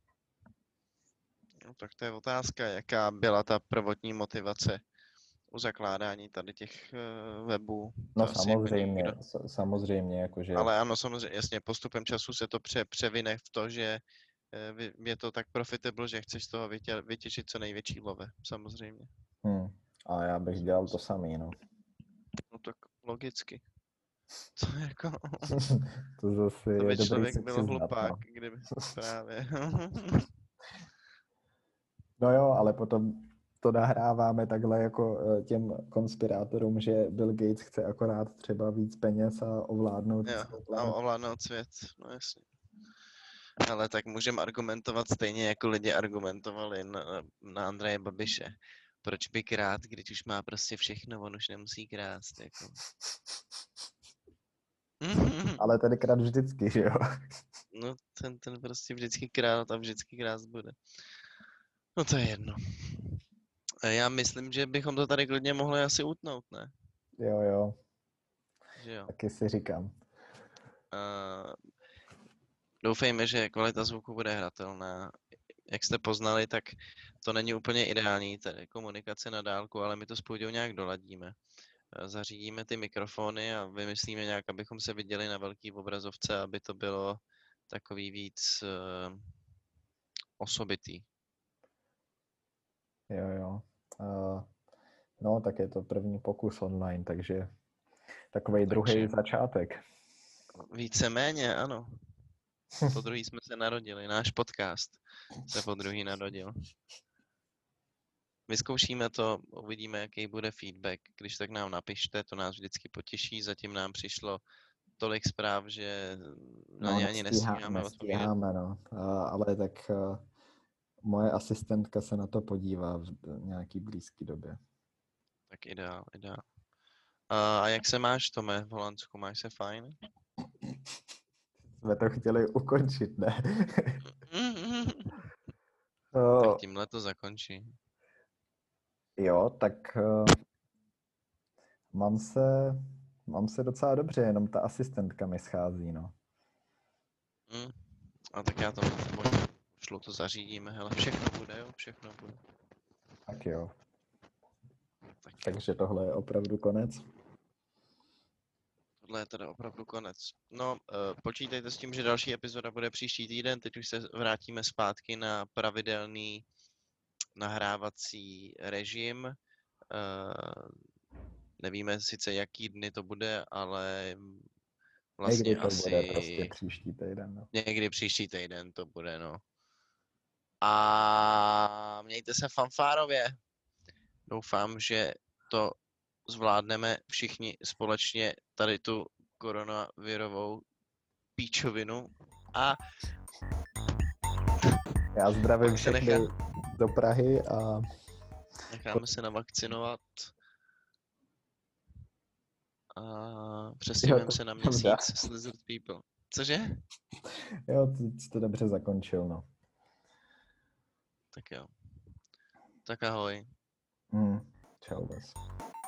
No, tak to je otázka, jaká byla ta prvotní motivace u zakládání tady těch webů. No To samozřejmě, jakože... Ale ano, samozřejmě, jasně, postupem času se to převine v to, že je to tak profitable, že chceš z toho vytěžit co největší love, samozřejmě. A já bych dělal to samý, no. No tak logicky. To jako... To zase to je by dobrý člověk si byl přiznat, hlupák, no. kdyby právě... No jo, ale potom to nahráváme takhle jako těm konspirátorům, že Bill Gates chce akorát třeba víc peněz a ovládnout Jo, celou a planetu. ovládnout svět, no jasně. Ale tak můžeme argumentovat stejně, jako lidi argumentovali na Andreje Babiše. Proč by krát, když už má prostě všechno, on už nemusí krást, jako. Ale tenkrát vždycky, že jo? No, ten prostě vždycky krát a vždycky krást bude. No to je jedno. Já myslím, že bychom to tady klidně mohli asi utnout, ne? Jo. Že jo. Taky si říkám. Doufejme, že kvalita zvuku bude hratelná. Jak jste poznali, tak to není úplně ideální, tady komunikace na dálku, ale my to s Půjdou nějak doladíme. Zařídíme ty mikrofony a vymyslíme nějak, abychom se viděli na velký obrazovce, aby to bylo takový víc osobitý. Jo. No, tak je to první pokus online, takže takovej druhý začátek. Víceméně, ano. Po druhý jsme se narodili. Náš podcast se po druhý narodil. Vyzkoušíme to, uvidíme, jaký bude feedback. Když tak nám napište, to nás vždycky potěší. Zatím nám přišlo tolik zpráv, že na ně ani nestíháme odpovědět. No. Ale tak moje asistentka se na to podívá v nějaký blízké době. Tak ideál. A jak se máš, Tome, v Holandsku? Máš se fajn? Jsme to chtěli ukončit, ne? Tak tímhle to zakončí. Jo, tak mám se docela dobře, jenom ta asistentka mi schází, no. A tak já to šlo to zařídíme, hele, všechno bude, jo, všechno bude. Tak jo. Takže tohle je opravdu konec? Tohle je teda opravdu konec. No, počítejte s tím, že další epizoda bude příští týden, teď už se vrátíme zpátky na pravidelný nahrávací režim. Nevíme sice, jaký dny to bude, ale vlastně někdy to asi... bude prostě příští týden, no. Někdy příští týden to bude, no. A mějte se fanfárově. Doufám, že to zvládneme všichni společně tady tu koronavirovou píčovinu a já zdravím všechny do Prahy a necháme se navakcinovat a přestěhujeme se na měsíc s Lizard People. Cože? Jo, ty jsi to dobře zakončil, no. Tak jo. Tak ahoj. Čau vás.